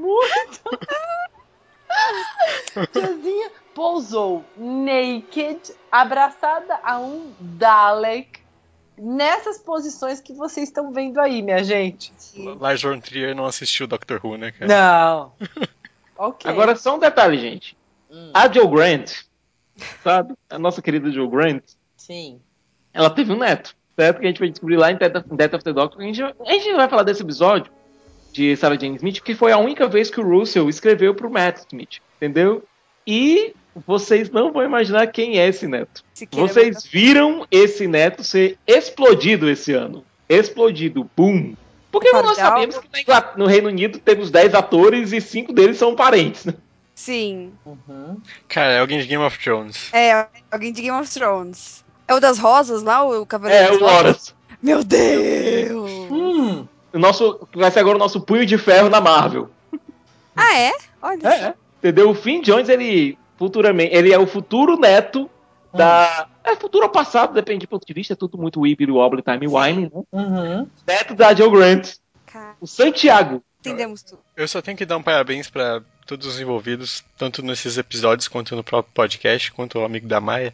Speaker 2: Tiazinha pousou naked, abraçada a um Dalek, nessas posições que vocês estão vendo aí, minha gente.
Speaker 1: Lars von Trier não assistiu Doctor Who, né, cara?
Speaker 2: Não. Ok.
Speaker 3: Agora, só um detalhe, gente. A Joe Grant, sabe? A nossa querida Joe Grant.
Speaker 2: Sim.
Speaker 3: Ela teve um neto, certo? Que a gente vai descobrir lá em Death of the Doctor. A gente vai falar desse episódio de Sarah Jane Smith, que foi a única vez que o Russell escreveu pro Matt Smith, entendeu? E vocês não vão imaginar quem é esse neto. Vocês viram esse neto ser explodido esse ano. Explodido. Boom. Porque nós sabemos que no Reino Unido temos 10 atores e 5 deles são parentes, né?
Speaker 4: Sim.
Speaker 1: Cara, é alguém de Game of Thrones.
Speaker 4: É, alguém de Game of Thrones. É o das rosas lá, o Cavaleiro das
Speaker 3: o Horus.
Speaker 4: Meu Deus!
Speaker 3: Vai ser agora o nosso punho de ferro na Marvel.
Speaker 4: Ah, é? Olha.
Speaker 3: Entendeu? O Finn Jones, ele é o futuro neto da... futuro ou passado, depende do ponto de vista, é tudo muito wibbly wobbly time-wimey, né? Neto da Joe Grant. O Santiago.
Speaker 4: Entendemos tudo.
Speaker 1: Eu só tenho que dar um parabéns pra todos os envolvidos, tanto nesses episódios quanto no próprio podcast, quanto o amigo da Maia.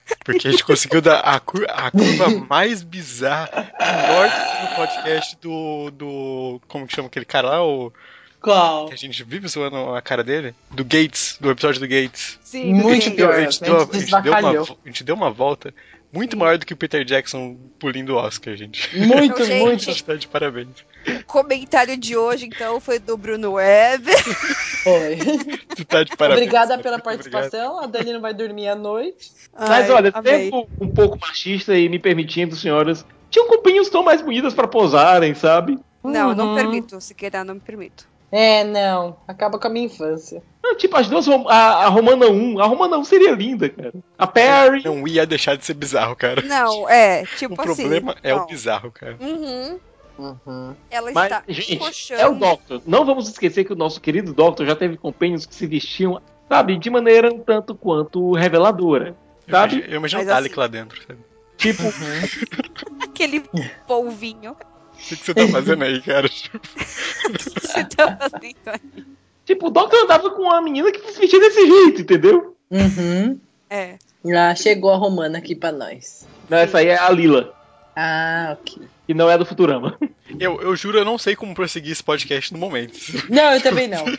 Speaker 1: Porque a gente conseguiu dar a curva mais bizarra, melhor do que no podcast do. Como que chama aquele cara lá?
Speaker 2: Qual?
Speaker 1: Que a gente vive zoando a cara dele? Do Gates, do episódio do Gates.
Speaker 4: Sim,
Speaker 2: Muito pior.
Speaker 1: A gente deu uma volta muito maior do que o Peter Jackson pulindo o Oscar, gente.
Speaker 2: Muito,
Speaker 4: Então, gente,
Speaker 2: muito.
Speaker 1: A gente tá de parabéns.
Speaker 4: O comentário de hoje, então, foi do Bruno Weber.
Speaker 2: Foi.
Speaker 1: Tu tá de parabéns.
Speaker 2: Obrigada
Speaker 1: cara.
Speaker 2: pela
Speaker 1: Muito
Speaker 2: participação. A Dani não vai dormir à noite.
Speaker 3: Mas olha,
Speaker 4: amei.
Speaker 3: sendo um pouco machista e me permitindo, senhoras, tinham companhias tão mais bonitas pra posarem, sabe?
Speaker 4: Não, não
Speaker 2: Uhum.
Speaker 4: permito. Se querer, não me permito.
Speaker 2: Não. Acaba com a minha infância.
Speaker 3: Não, tipo, as duas, a Romana 1. A Romana 1 seria linda, cara. A Perry.
Speaker 1: Não ia deixar de ser bizarro, cara.
Speaker 4: Não, tipo
Speaker 1: O
Speaker 4: assim.
Speaker 1: problema é
Speaker 4: não.
Speaker 1: o bizarro, cara.
Speaker 4: Uhum.
Speaker 2: Uhum.
Speaker 4: Ela
Speaker 3: Mas,
Speaker 4: está
Speaker 3: gente,
Speaker 4: encoxando.
Speaker 3: é o Doctor. Não vamos esquecer que o nosso querido Doctor já teve companheiros que se vestiam, sabe, de maneira um tanto quanto reveladora. Sabe?
Speaker 1: Eu imagino o
Speaker 4: Mas
Speaker 1: Dalek
Speaker 4: assim-
Speaker 1: lá dentro, sabe?
Speaker 3: Tipo,
Speaker 4: Aquele polvinho.
Speaker 1: O que você tá fazendo aí, cara?
Speaker 4: O que você tá fazendo aí?
Speaker 3: tipo, o Doctor andava com uma menina que se vestia desse jeito, entendeu?
Speaker 2: Uhum.
Speaker 4: É.
Speaker 2: Já chegou a Romana aqui pra nós.
Speaker 3: Não, essa aí é a Lila,
Speaker 2: Ah, ok.
Speaker 3: que não é do Futurama.
Speaker 1: Eu juro, eu não sei como prosseguir esse podcast no momento.
Speaker 2: Não, eu também não.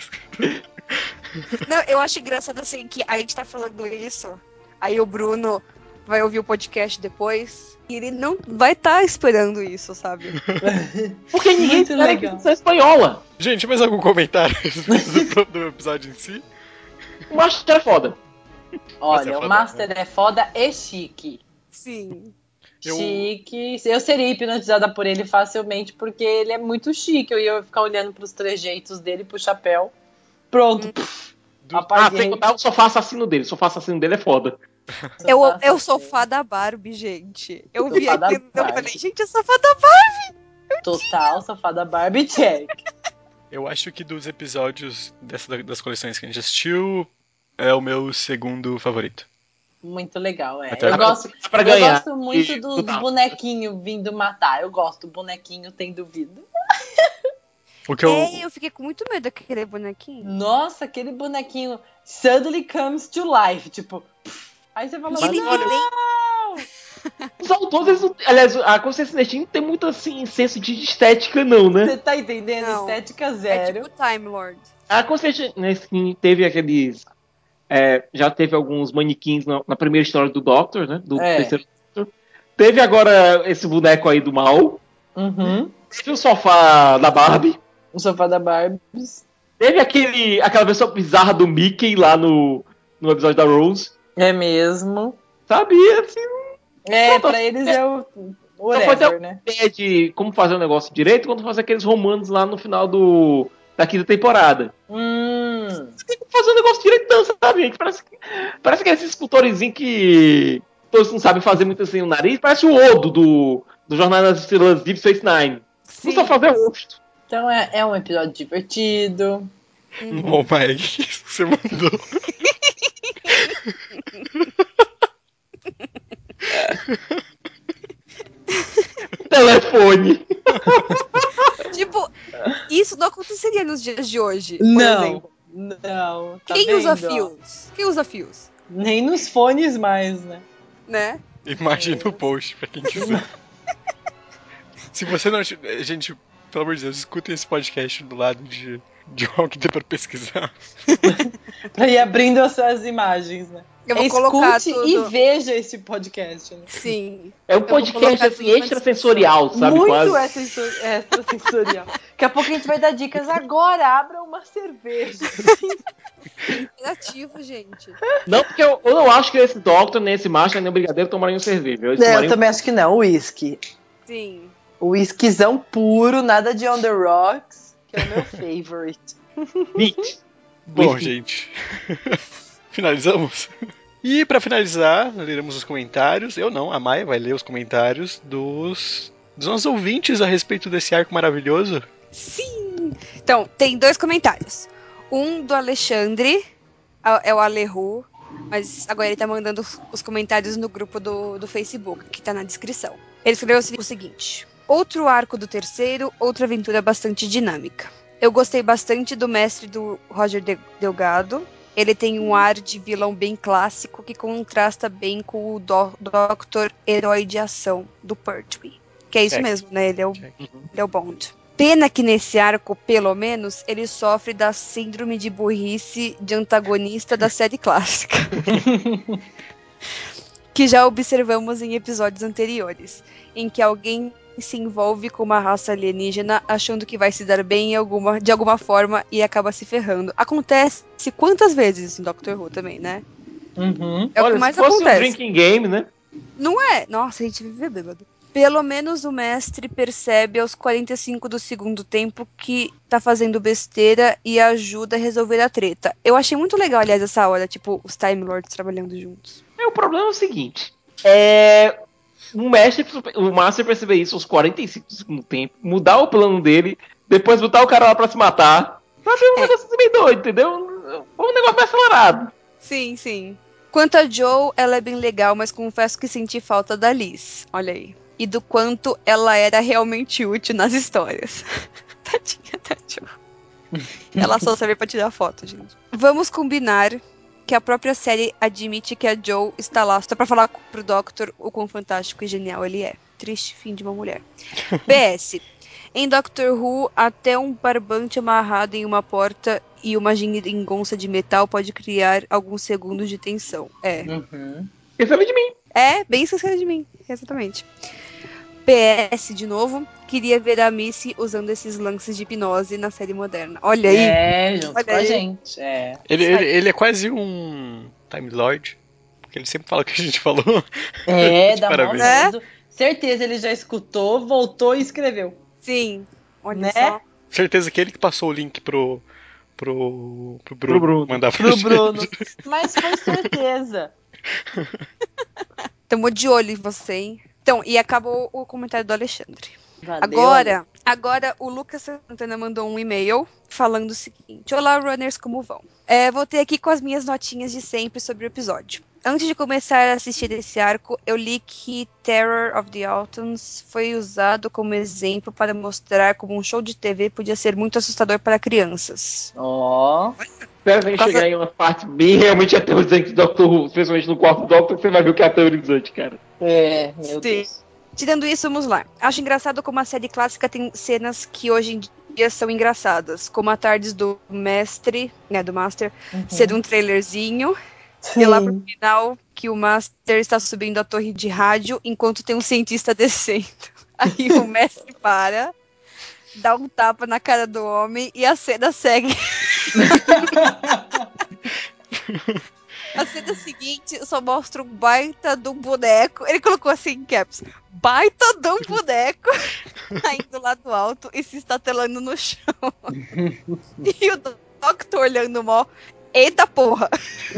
Speaker 4: Não, eu acho engraçado assim que a gente tá falando isso. Aí o Bruno vai ouvir o podcast depois. E ele não vai estar esperando isso, sabe?
Speaker 3: Porque ninguém
Speaker 2: Muito
Speaker 3: espera
Speaker 2: legal.
Speaker 3: que isso é espanhola.
Speaker 1: Gente, mais algum comentário do episódio em si?
Speaker 3: O Master é foda.
Speaker 2: Olha,
Speaker 1: é
Speaker 2: o
Speaker 1: foda,
Speaker 2: Master é foda e chique.
Speaker 4: Sim.
Speaker 2: Chique. Eu seria hipnotizada por ele facilmente, porque ele é muito chique. Eu ia ficar olhando pros trejeitos dele, pro chapéu. Pronto. Apaguei.
Speaker 3: Sem contar o sofá assassino dele. O sofá assassino dele é foda.
Speaker 4: É o sofá da Barbie, gente. Eu vi
Speaker 2: Sofá da
Speaker 4: aquilo e eu
Speaker 2: Barbie.
Speaker 4: falei, gente, é o sofá da Barbie.
Speaker 2: Total, sofá da Barbie check.
Speaker 1: Eu acho que dos episódios das coleções que a gente assistiu, é o meu segundo favorito.
Speaker 2: Muito legal,
Speaker 1: Até
Speaker 2: Eu
Speaker 1: agora.
Speaker 2: gosto,
Speaker 3: pra
Speaker 2: eu
Speaker 3: ganhar.
Speaker 2: gosto muito
Speaker 3: E
Speaker 2: dos
Speaker 3: total.
Speaker 2: bonequinhos vindo matar. Eu gosto do bonequinho tendo vida.
Speaker 1: O que eu.
Speaker 4: Eu fiquei com muito medo daquele bonequinho.
Speaker 2: Nossa, aquele bonequinho suddenly comes to life. Tipo, aí você fala,
Speaker 4: E ele
Speaker 3: olha,
Speaker 2: não!
Speaker 3: Os autores, eles não, aliás, a Consciência Nestin não tem muito assim senso de estética, não, né?
Speaker 2: Você tá entendendo?
Speaker 4: Não.
Speaker 2: Estética
Speaker 4: É
Speaker 2: zero.
Speaker 4: tipo Time Lord.
Speaker 3: A Consciência Nestin teve aqueles. Já teve alguns manequins na primeira história do Doctor, né? Do terceiro Doctor. Teve agora esse boneco aí do mal.
Speaker 2: Uhum.
Speaker 3: Teve o sofá da Barbie.
Speaker 2: O sofá da Barbie.
Speaker 3: Teve aquela versão bizarra do Mickey lá no episódio da Rose.
Speaker 2: É mesmo.
Speaker 3: Sabe? Assim,
Speaker 2: Pra eles é o
Speaker 3: só foi ter
Speaker 2: whatever,
Speaker 3: uma
Speaker 2: né?
Speaker 3: ideia de como fazer o negócio direito quando fazer aqueles romanos lá no final da quinta temporada. Tem que fazer o negócio direito, não, sabe, gente? Parece que é esse escultorzinho que todos não sabem fazer muito assim o nariz. Parece o Odo do Jornada das Estrelas Deep Space Nine.
Speaker 4: Sim.
Speaker 3: Não só fazer o rosto.
Speaker 2: Então é um episódio divertido.
Speaker 1: Oh, Mike, isso que você mandou.
Speaker 3: Telefone.
Speaker 4: Tipo, isso não aconteceria nos dias de hoje, por
Speaker 2: Não.
Speaker 4: exemplo.
Speaker 2: Não. Tá
Speaker 4: Quem
Speaker 2: vendo,
Speaker 4: usa
Speaker 2: ó?
Speaker 4: fios? Quem usa fios?
Speaker 2: Nem nos fones mais, né?
Speaker 4: Né?
Speaker 1: Imagina o post, pra quem quiser. Se você não. Gente, pelo amor de Deus, escutem esse podcast do lado de algo que dê pra pesquisar.
Speaker 2: Pra ir abrindo as imagens, né?
Speaker 4: Eu vou colocar
Speaker 2: Escute
Speaker 4: tudo.
Speaker 2: e veja esse podcast, né?
Speaker 4: Sim.
Speaker 3: É um
Speaker 4: Eu vou
Speaker 3: podcast
Speaker 4: colocar
Speaker 3: assim,
Speaker 4: tudo na
Speaker 3: extrasensorial, sabe?
Speaker 2: Muito
Speaker 3: Quase.
Speaker 2: extrasensorial. Daqui a pouco a gente vai dar dicas. Agora, abra uma cerveja.
Speaker 4: Interativo, gente.
Speaker 3: Não, porque eu não acho que esse Doctor, nem esse Master, nem o Brigadeiro tomariam cerveja. Eles
Speaker 2: Eu
Speaker 3: tomariam...
Speaker 2: também acho que não. Whisky.
Speaker 4: Sim.
Speaker 2: Whiskyzão puro, nada de on the rocks, que é o meu favorite.
Speaker 3: Neat.
Speaker 1: Bom,
Speaker 3: Whisky.
Speaker 1: gente. Finalizamos? E pra finalizar, leremos os comentários. Eu não, a Maia vai ler os comentários dos nossos ouvintes a respeito desse arco maravilhoso.
Speaker 4: Sim! Então, tem 2 comentários. Um do Alexandre, é o Aleru, mas agora ele tá mandando os comentários no grupo do Facebook, que tá na descrição. Ele escreveu o seguinte: outro arco do terceiro, outra aventura bastante dinâmica. Eu gostei bastante do mestre do Roger Delgado. Ele tem um ar de vilão bem clássico que contrasta bem com o Dr. Herói de Ação, do Pertwee. Que é isso mesmo, né? Ele é o Bond. Pena que nesse arco, pelo menos, ele sofre da síndrome de burrice de antagonista da série clássica. Que já observamos em episódios anteriores, em que alguém se envolve com uma raça alienígena achando que vai se dar bem de alguma forma e acaba se ferrando. Acontece quantas vezes em Doctor Who também, né? É o que mais
Speaker 3: se fosse
Speaker 4: acontece.
Speaker 3: um drinking game, né?
Speaker 4: Não é? Nossa, a gente vive bêbado. Pelo menos o mestre percebe aos 45 do segundo tempo que tá fazendo besteira e ajuda a resolver a treta. Eu achei muito legal, aliás, essa hora, tipo, os Time Lords trabalhando juntos.
Speaker 3: O problema é o seguinte. O Master perceber isso aos 45 do segundo tempo, mudar o plano dele, depois botar o cara lá pra se matar. Sabe, um negócio meio doido, entendeu? Um negócio mais acelerado.
Speaker 4: Sim, sim. Quanto a Jo, ela é bem legal, mas confesso que senti falta da Liz. Olha aí. E do quanto ela era realmente útil nas histórias. Tadinha da Jo. Ela só serve pra tirar foto, gente. Vamos combinar que a própria série admite que a Jo está lá só pra falar pro Doctor o quão fantástico e genial ele é. Triste fim de uma mulher. PS. Em Doctor Who, até um barbante amarrado em uma porta e uma geringonça de metal pode criar alguns segundos de tensão.
Speaker 3: Esqueceram de mim.
Speaker 4: Bem esqueceram de mim, exatamente. PS, de novo, queria ver a Missy usando esses lances de hipnose na série moderna. Olha aí.
Speaker 2: Junto com a gente.
Speaker 1: Ele é quase um Time Lord, porque ele sempre fala o que a gente falou.
Speaker 2: Dá mó medo. Certeza, ele já escutou, voltou e escreveu.
Speaker 4: Sim, olha só.
Speaker 1: Certeza que ele que passou o link pro Bruno mandar pra gente.
Speaker 2: Bruno. Mas foi certeza.
Speaker 4: Tamo de olho em você, hein? Então, e acabou o comentário do Alexandre.
Speaker 2: Valeu,
Speaker 4: Agora o Lucas Santana mandou um e-mail falando o seguinte: Olá, runners, como vão? Voltei aqui com as minhas notinhas de sempre sobre o episódio. Antes de começar a assistir esse arco, eu li que Terror of the Autons foi usado como exemplo para mostrar como um show de TV podia ser muito assustador para crianças.
Speaker 3: Espera a gente chegar em uma parte bem realmente aterrorizante do Doctor Who, especialmente no quarto Doctor, que você vai ver o que é aterrorizante, cara.
Speaker 2: Meu Deus.
Speaker 4: Tirando isso, vamos lá. Acho engraçado como a série clássica tem cenas que hoje em dia são engraçadas, como a Tardes do Mestre, né, do Master, ser um trailerzinho.
Speaker 2: Sim.
Speaker 4: E lá pro final, que o Master está subindo a torre de rádio enquanto tem um cientista descendo. Aí o Mestre para, dá um tapa na cara do homem e a cena segue. A cena seguinte só mostra um baita de um boneco. Ele colocou assim em caps: baita de um boneco caindo lá do alto e se estatelando no chão. E o Doctor olhando mó. Eita porra!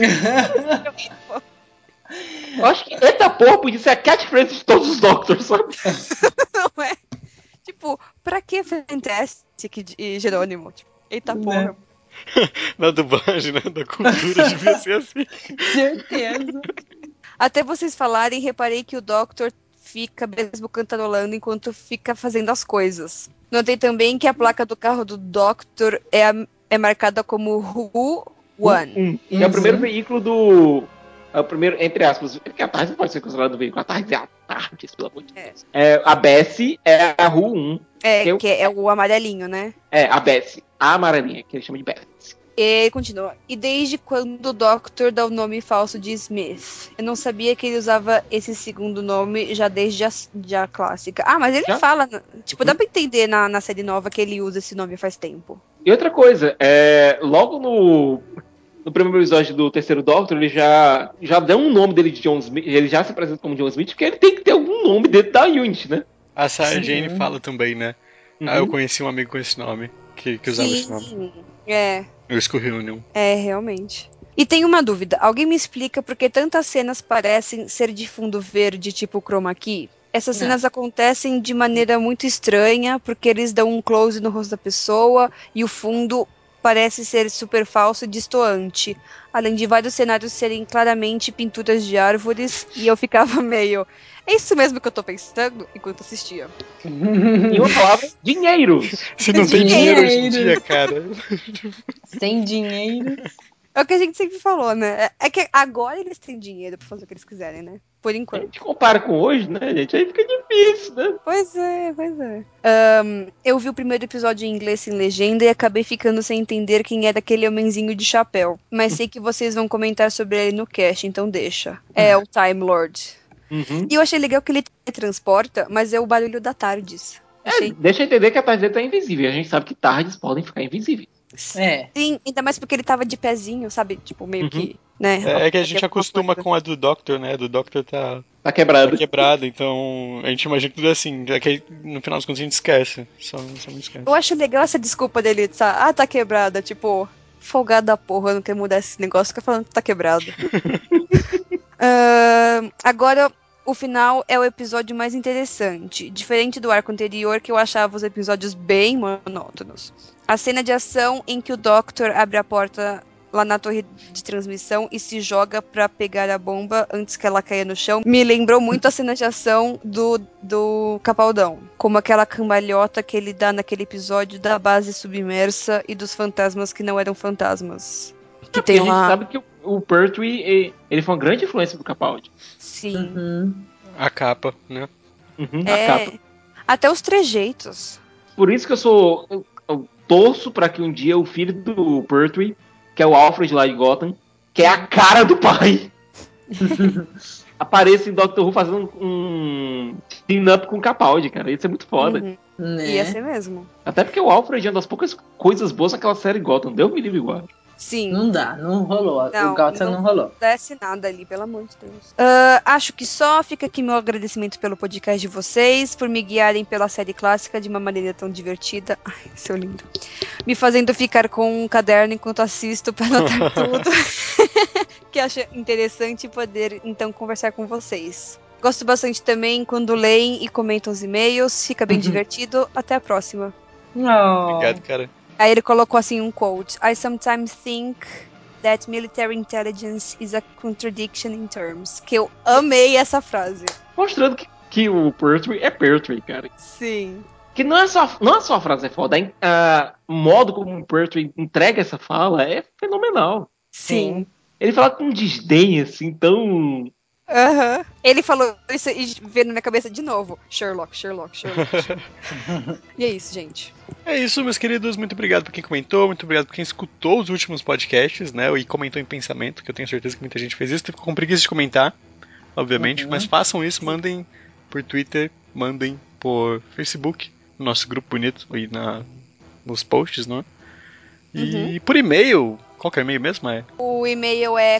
Speaker 3: Eu acho que eita porra podia ser a catchphrase de todos os Doctors, sabe?
Speaker 4: Não é? Tipo, pra que Fantastic e Jerônimo? Tipo, eita porra.
Speaker 1: Na dublagem, né? Da cultura devia ser assim.
Speaker 2: Certeza.
Speaker 4: Até vocês falarem, reparei que o Doctor fica mesmo cantarolando enquanto fica fazendo as coisas. Notei também que a placa do carro do Doctor é marcada como Who One.
Speaker 3: É o primeiro veículo do... É o primeiro, entre aspas, porque a tarde não pode ser considerado um veículo. A tarde é a tarde, pelo amor de Deus. A Bessie é a Who 1.
Speaker 4: Que é o amarelinho, né?
Speaker 3: A Bessie. A amarelinha, que ele chama de Bessie.
Speaker 4: E continua. E desde quando o Doctor dá o nome falso de Smith? Eu não sabia que ele usava esse segundo nome já desde a clássica. Mas ele fala. Tipo, dá pra entender na série nova que ele usa esse nome faz tempo.
Speaker 3: E outra coisa, logo no primeiro episódio do terceiro Doctor, ele já deu um nome dele de John Smith. Ele já se apresenta como John Smith, porque ele tem que ter algum nome dentro da Unity, né?
Speaker 1: A Sarah Jane fala também, né? Eu conheci um amigo com esse nome, que usava esse nome. Eu escorri um.
Speaker 4: Realmente. E tem uma dúvida. Alguém me explica por que tantas cenas parecem ser de fundo verde, tipo chroma key? Essas cenas acontecem de maneira muito estranha, porque eles dão um close no rosto da pessoa e o fundo parece ser super falso e destoante. Além de vários cenários serem claramente pinturas de árvores, e eu ficava meio... É isso mesmo que eu tô pensando enquanto assistia.
Speaker 3: Em uma palavra, dinheiro.
Speaker 1: Se não tem dinheiro hoje em dia, cara.
Speaker 2: Sem dinheiro.
Speaker 4: É o que a gente sempre falou, né? É que agora eles têm dinheiro pra fazer o que eles quiserem, né? Por
Speaker 3: A
Speaker 4: enquanto.
Speaker 3: gente compara com hoje, né, gente? Aí fica difícil, né?
Speaker 4: Pois é. Eu vi o primeiro episódio em inglês sem legenda e acabei ficando sem entender quem era aquele homenzinho de chapéu. Mas sei que vocês vão comentar sobre ele no cast, então deixa. É o Time Lord.
Speaker 3: Uhum.
Speaker 4: E eu achei legal que ele transporta, mas é o barulho da TARDIS. Achei.
Speaker 3: Deixa eu entender que a tarde dele tá invisível. A gente sabe que tardes podem ficar invisíveis.
Speaker 4: Sim, ainda mais porque ele tava de pezinho, sabe? Tipo, meio que, né?
Speaker 1: É que a gente acostuma com a do Doctor, né? A do Doctor
Speaker 3: Tá quebrado.
Speaker 1: tá quebrada, então a gente imagina que tudo é assim. É que no final das contas a gente esquece. Só não esquece.
Speaker 4: Eu acho legal essa desculpa dele, tá quebrada, tipo, folgado da porra, não quer mudar esse negócio, fica falando que tá quebrado. Agora, o final é o episódio mais interessante. Diferente do arco anterior, que eu achava os episódios bem monótonos. A cena de ação em que o Doctor abre a porta lá na torre de transmissão e se joga pra pegar a bomba antes que ela caia no chão me lembrou muito a cena de ação do Capaldão. Como aquela cambalhota que ele dá naquele episódio da base submersa e dos fantasmas que não eram fantasmas. Que tem
Speaker 3: a gente
Speaker 4: lá...
Speaker 3: sabe que o Pertwee, ele foi uma grande influência pro Capaldi.
Speaker 4: Sim.
Speaker 1: A capa, né?
Speaker 3: A capa.
Speaker 4: Até os trejeitos.
Speaker 3: Por isso que eu torço pra que um dia o filho do Pertwee, que é o Alfred lá de Gotham, que é a cara do pai, apareça em Doctor Who fazendo um team-up com o Capaldi, cara. Isso é muito foda.
Speaker 2: Né?
Speaker 4: Ia ser mesmo.
Speaker 3: Até porque o Alfred é uma das poucas coisas boas naquela série Gotham. Deu me livre igual.
Speaker 4: Sim.
Speaker 2: Não dá, não rolou. O Gotham não rolou.
Speaker 4: Não desce nada ali, pelo amor de Deus. Acho que só fica aqui meu agradecimento pelo podcast de vocês, por me guiarem pela série clássica de uma maneira tão divertida. Ai, seu lindo. Me fazendo ficar com um caderno enquanto assisto para anotar tudo. Que acho interessante poder, então, conversar com vocês. Gosto bastante também quando leem e comentam os e-mails. Fica bem divertido. Até a próxima.
Speaker 1: Obrigado, cara.
Speaker 4: Aí ele colocou assim um quote. I sometimes think that military intelligence is a contradiction in terms. Que eu amei essa frase.
Speaker 3: Mostrando que o Pertwee é Pertwee, cara.
Speaker 4: Sim.
Speaker 3: Que não é só a frase é foda, o modo como o Pertwee entrega essa fala é fenomenal.
Speaker 4: Sim.
Speaker 3: Ele fala com um desdém, assim, tão...
Speaker 4: Ele falou isso e veio na minha cabeça de novo. Sherlock. E é isso, gente.
Speaker 1: É isso, meus queridos. Muito obrigado por quem comentou, muito obrigado por quem escutou os últimos podcasts, né? E comentou em pensamento, que eu tenho certeza que muita gente fez isso. Ficou com preguiça de comentar, obviamente, mas façam isso, mandem por Twitter, mandem por Facebook, no nosso grupo bonito aí nos posts, não é? E por e-mail, qual que é o e-mail mesmo?
Speaker 4: O e-mail é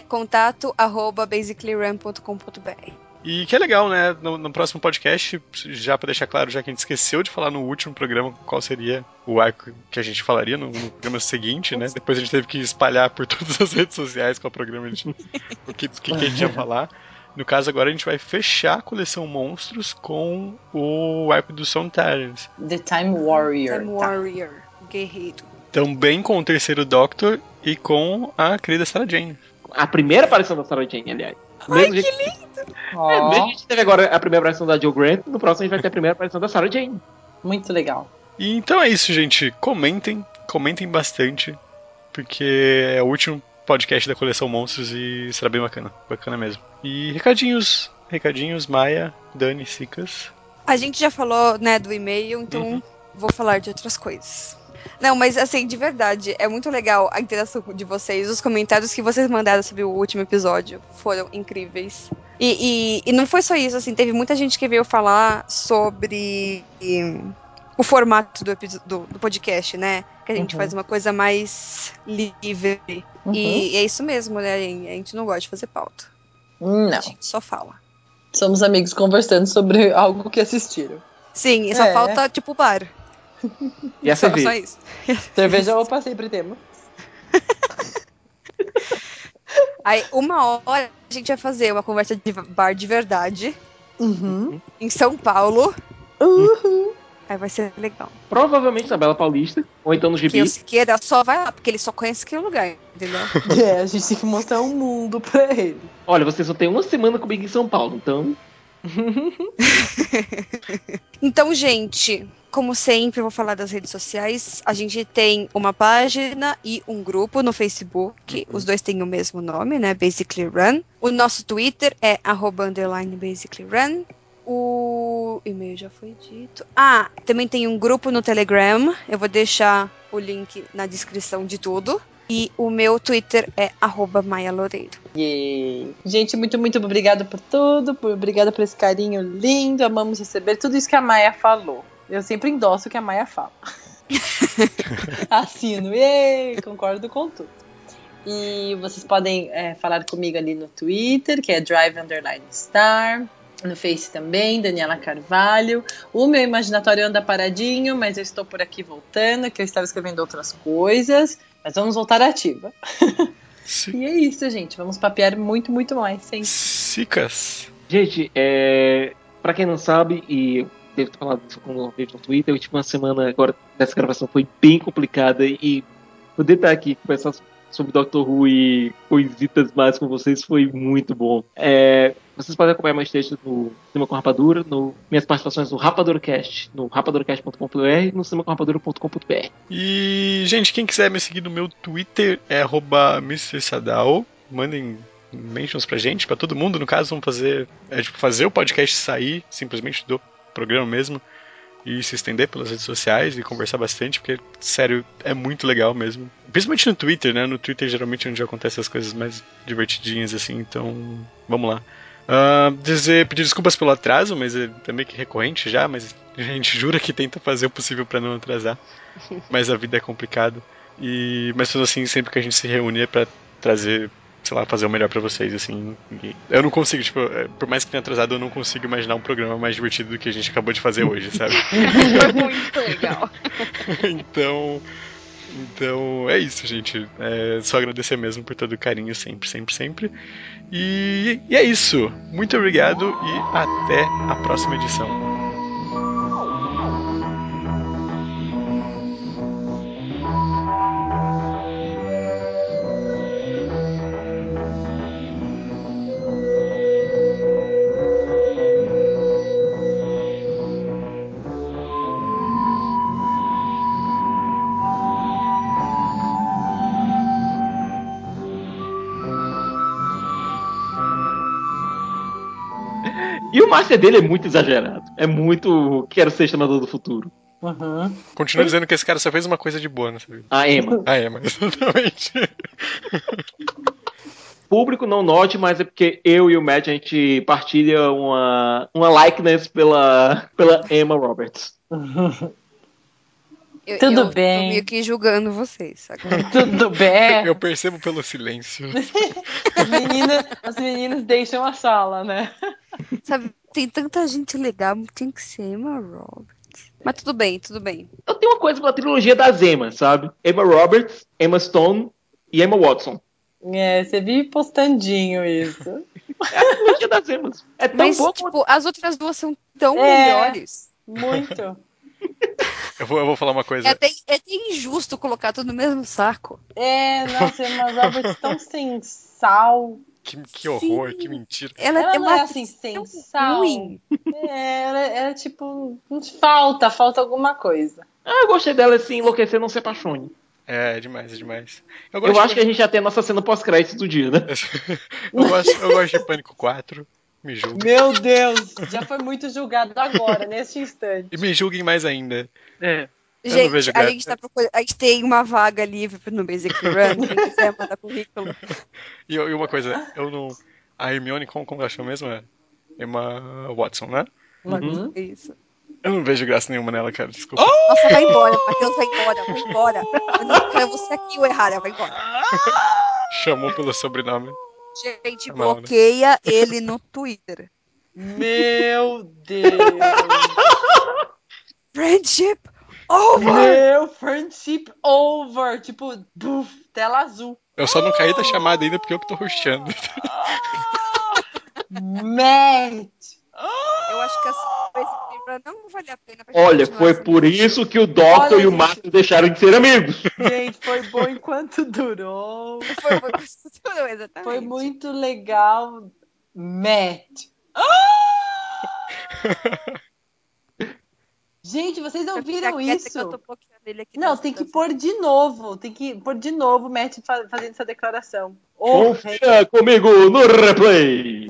Speaker 4: contato@basicallyrun.com.br.
Speaker 1: E que é legal, né? No próximo podcast, já pra deixar claro, já que a gente esqueceu de falar no último programa qual seria o arco que a gente falaria no programa seguinte, né? Depois a gente teve que espalhar por todas as redes sociais qual programa a gente, o que a gente ia falar. No caso, agora a gente vai fechar a coleção Monstros com o arco do Sontarans.
Speaker 2: The Time Warrior.
Speaker 4: Time Warrior, guerreiro.
Speaker 1: Também com o terceiro Doctor e com a querida Sarah Jane.
Speaker 3: A primeira aparição da Sarah Jane, aliás.
Speaker 4: Ai, que lindo!
Speaker 3: A gente teve agora a primeira aparição da Joe Grant, no próximo a gente vai ter a primeira aparição da Sarah Jane.
Speaker 2: Muito legal.
Speaker 1: E então é isso, gente. Comentem bastante, porque é o último podcast da coleção Monstros e será bem bacana mesmo. E recadinhos, Maia, Dani, Sicas.
Speaker 4: A gente já falou, né, do e-mail, então vou falar de outras coisas. Não, mas assim, de verdade, é muito legal a interação de vocês, os comentários que vocês mandaram sobre o último episódio foram incríveis. E não foi só isso, assim, teve muita gente que veio falar sobre o formato do podcast, né? Que a gente faz uma coisa mais livre. E é isso mesmo, né? A gente não gosta de fazer pauta.
Speaker 2: Não.
Speaker 4: A gente só fala.
Speaker 2: Somos amigos conversando sobre algo que assistiram.
Speaker 4: Sim, e só falta, tipo, bar.
Speaker 3: E a cerveja?
Speaker 4: Só isso.
Speaker 2: Cerveja ou passei pro tema.
Speaker 4: Aí, uma hora, a gente vai fazer uma conversa de bar de verdade. Em São Paulo. Aí vai ser legal.
Speaker 3: Provavelmente na Bela Paulista, ou então no Gibi.
Speaker 4: Que o Siqueira só vai lá, porque ele só conhece aquele lugar, entendeu?
Speaker 2: A gente tem que mostrar um mundo pra ele.
Speaker 3: Olha, você só tem uma semana comigo em São Paulo, então...
Speaker 4: Então, gente, como sempre, eu vou falar das redes sociais. A gente tem uma página e um grupo no Facebook. Os dois têm o mesmo nome, né? Basically Run. O nosso Twitter é @_BasicallyRun. O e-mail já foi dito. Também tem um grupo no Telegram. Eu vou deixar o link na descrição de tudo. E o meu Twitter é @MaiaLoreiro.
Speaker 2: Yay. Gente, muito, muito obrigada por tudo. Obrigada por esse carinho lindo. Amamos receber tudo isso que a Maia falou. Eu sempre endosso o que a Maia fala. Assino. Yay, concordo com tudo. E vocês podem falar comigo ali no Twitter, que é Drive_Star. No Face também, Daniela Carvalho. O meu imaginatório anda paradinho, mas eu estou por aqui voltando, que eu estava escrevendo outras coisas. Mas vamos voltar ativa.
Speaker 1: Sim.
Speaker 2: E é isso, gente. Vamos papear muito, muito mais, sempre.
Speaker 1: Sicas.
Speaker 3: Gente, pra quem não sabe, e eu devo ter falado isso quando eu vejo no Twitter, eu tive uma semana agora dessa gravação foi bem complicada e poder estar aqui conversar sobre Doctor Who e coisitas mais com vocês foi muito bom. Vocês podem acompanhar mais textos no Cinema com Rapadura, minhas participações no RapaduraCast, no rapaduracast.com.br e no cinemacomrapadura.com.br.
Speaker 1: E, gente, quem quiser me seguir no meu Twitter é @MrSadal. Mandem mentions pra gente, pra todo mundo. No caso, vamos fazer o podcast sair simplesmente do programa mesmo e se estender pelas redes sociais e conversar bastante, porque, sério, é muito legal mesmo. Principalmente no Twitter, né? No Twitter geralmente é onde acontecem as coisas mais divertidinhas, assim, então vamos lá. Pedir desculpas pelo atraso, mas é meio que recorrente já, mas a gente jura que tenta fazer o possível pra não atrasar. Mas a vida é complicada. Mas assim, sempre que a gente se reúne é pra trazer, sei lá, fazer o melhor pra vocês, assim. Eu não consigo, tipo, por mais que tenha atrasado, eu não consigo imaginar um programa mais divertido do que a gente acabou de fazer hoje, sabe?
Speaker 4: Foi muito legal.
Speaker 1: Então é isso, gente. É só agradecer mesmo por todo o carinho, sempre, sempre, sempre. E é isso. Muito obrigado e até a próxima edição.
Speaker 3: E o master dele é muito exagerado. É muito quero ser Exterminador do Futuro.
Speaker 2: Uhum.
Speaker 1: Continua dizendo que esse cara só fez uma coisa de boa nessa vida.
Speaker 3: A Emma.
Speaker 1: A Emma, exatamente.
Speaker 3: Público não note, mas é porque eu e o Matt a gente partilha uma likeness pela Emma Roberts.
Speaker 2: Tudo
Speaker 4: Eu
Speaker 2: bem.
Speaker 4: tô meio que julgando vocês agora.
Speaker 2: Tudo bem.
Speaker 1: Eu percebo pelo silêncio.
Speaker 2: As meninas deixam a sala, né?
Speaker 4: Sabe, tem tanta gente legal, tem que ser Emma Roberts. Mas tudo bem, tudo bem.
Speaker 3: Eu tenho uma coisa pela trilogia das Emmas, sabe? Emma Roberts, Emma Stone e Emma Watson.
Speaker 2: Você vive postandinho isso.
Speaker 3: É a trilogia das Emmas. É tão
Speaker 4: Mas,
Speaker 3: bom
Speaker 4: tipo, as outras duas são tão melhores.
Speaker 2: Muito.
Speaker 1: Eu vou falar uma coisa.
Speaker 4: É até injusto colocar tudo no mesmo saco.
Speaker 2: Nossa, Emma Roberts tão sem sal.
Speaker 1: Que horror, que mentira.
Speaker 4: Ela
Speaker 2: Ela
Speaker 4: é
Speaker 2: não
Speaker 4: uma
Speaker 2: é
Speaker 4: atriz
Speaker 2: assim, sem
Speaker 4: tão
Speaker 2: sal.
Speaker 4: ruim.
Speaker 2: Ela tipo, falta alguma coisa.
Speaker 3: Eu gostei dela assim, enlouquecer, não se apaixone.
Speaker 1: É demais, é demais.
Speaker 3: Eu acho que a gente já tem a nossa cena pós-crédito do dia, né?
Speaker 1: eu gosto de Pânico 4. Me julguem.
Speaker 2: Meu Deus, já foi muito julgado agora, neste instante.
Speaker 1: E me julguem mais ainda. Eu não
Speaker 4: Gente,
Speaker 1: vejo
Speaker 4: a gente tá procurando. A gente tem uma vaga livre no Basic Run. Quem quiser mandar currículo.
Speaker 1: E uma coisa, eu não. A Hermione, como ela chama mesmo? É Emma Watson, né?
Speaker 2: Uhum.
Speaker 4: Isso.
Speaker 1: Eu não vejo graça nenhuma nela, cara, desculpa.
Speaker 4: Nossa, vai embora, Matheus, vai embora, vai embora. Eu não quero você aqui, o Errara, vai embora.
Speaker 1: Chamou pelo sobrenome.
Speaker 4: Gente,
Speaker 1: É mal, né?
Speaker 4: bloqueia ele no Twitter.
Speaker 2: Meu Deus.
Speaker 4: Friendship over!
Speaker 2: Meu friendship over. Tipo, buf, tela azul.
Speaker 1: Eu só não caí da chamada ainda porque eu que tô rushando.
Speaker 2: Matt.
Speaker 4: Eu acho que assim, Basic Run não vale a pena pra gente
Speaker 3: Olha,
Speaker 4: continuar
Speaker 3: foi
Speaker 4: assim.
Speaker 3: por isso que o Doctor
Speaker 2: Olha,
Speaker 3: e o
Speaker 2: gente.
Speaker 3: Master deixaram de ser amigos.
Speaker 2: Gente, foi bom enquanto durou.
Speaker 4: Foi, exatamente.
Speaker 2: Foi muito legal. Matt. Gente, vocês
Speaker 4: Fica
Speaker 2: ouviram
Speaker 4: quieta
Speaker 2: isso?
Speaker 4: que eu tô bloqueando ele aqui
Speaker 2: Não,
Speaker 4: das-
Speaker 2: tem que
Speaker 4: das-
Speaker 2: pôr de novo. Tem que pôr de novo o Matt fazendo essa declaração.
Speaker 3: Confia comigo no replay.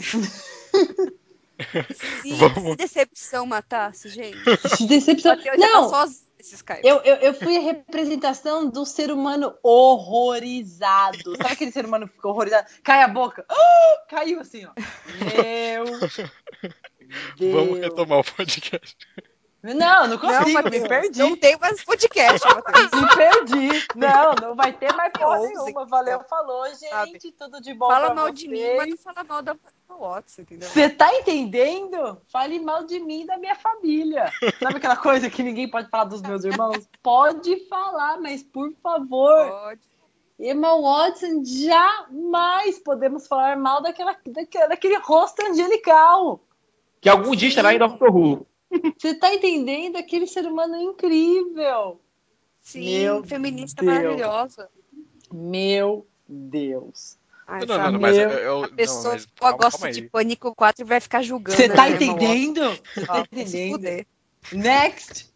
Speaker 4: Se decepção matasse, gente.
Speaker 2: Que decepção.
Speaker 4: Matheus já tá
Speaker 2: Não,
Speaker 4: sozinho nesse Skype.
Speaker 2: eu fui a representação do ser humano horrorizado. Sabe aquele ser humano que fica horrorizado? Cai a boca. Caiu assim, ó. Meu Deus.
Speaker 1: Vamos retomar o podcast.
Speaker 2: Não consigo, me
Speaker 4: Matheus,
Speaker 2: perdi.
Speaker 4: não tem mais podcast, Matheus.
Speaker 2: Me perdi. Não vai ter mais porra
Speaker 4: Ouse,
Speaker 2: nenhuma. Valeu,
Speaker 4: então,
Speaker 2: falou,
Speaker 4: sabe?
Speaker 2: gente. Tudo de bom
Speaker 4: Fala
Speaker 2: pra
Speaker 4: mal
Speaker 2: vocês.
Speaker 4: de mim, mas não fala mal da Watson, entendeu?
Speaker 2: Você tá entendendo? Fale mal de mim e da minha família. Sabe aquela coisa que ninguém pode falar dos meus irmãos? Pode falar, mas por favor.
Speaker 4: Pode.
Speaker 2: Emma Watson, jamais podemos falar mal daquele rosto angelical.
Speaker 3: Que algum dia estará em Doctor Who.
Speaker 2: Você tá entendendo? Aquele ser humano incrível.
Speaker 4: Sim,
Speaker 2: Meu
Speaker 4: feminista
Speaker 2: Deus.
Speaker 4: maravilhosa.
Speaker 2: Meu Deus.
Speaker 4: Ai,
Speaker 1: Não,
Speaker 4: sabe?
Speaker 1: mas
Speaker 4: A pessoa
Speaker 1: mas calma
Speaker 4: gosta
Speaker 1: aí.
Speaker 4: de Pânico 4 e vai ficar julgando.
Speaker 2: Você tá
Speaker 4: a Emma Watson.
Speaker 2: entendendo? Você tá
Speaker 4: Vai se
Speaker 2: entendendo?
Speaker 4: fuder.
Speaker 2: Next.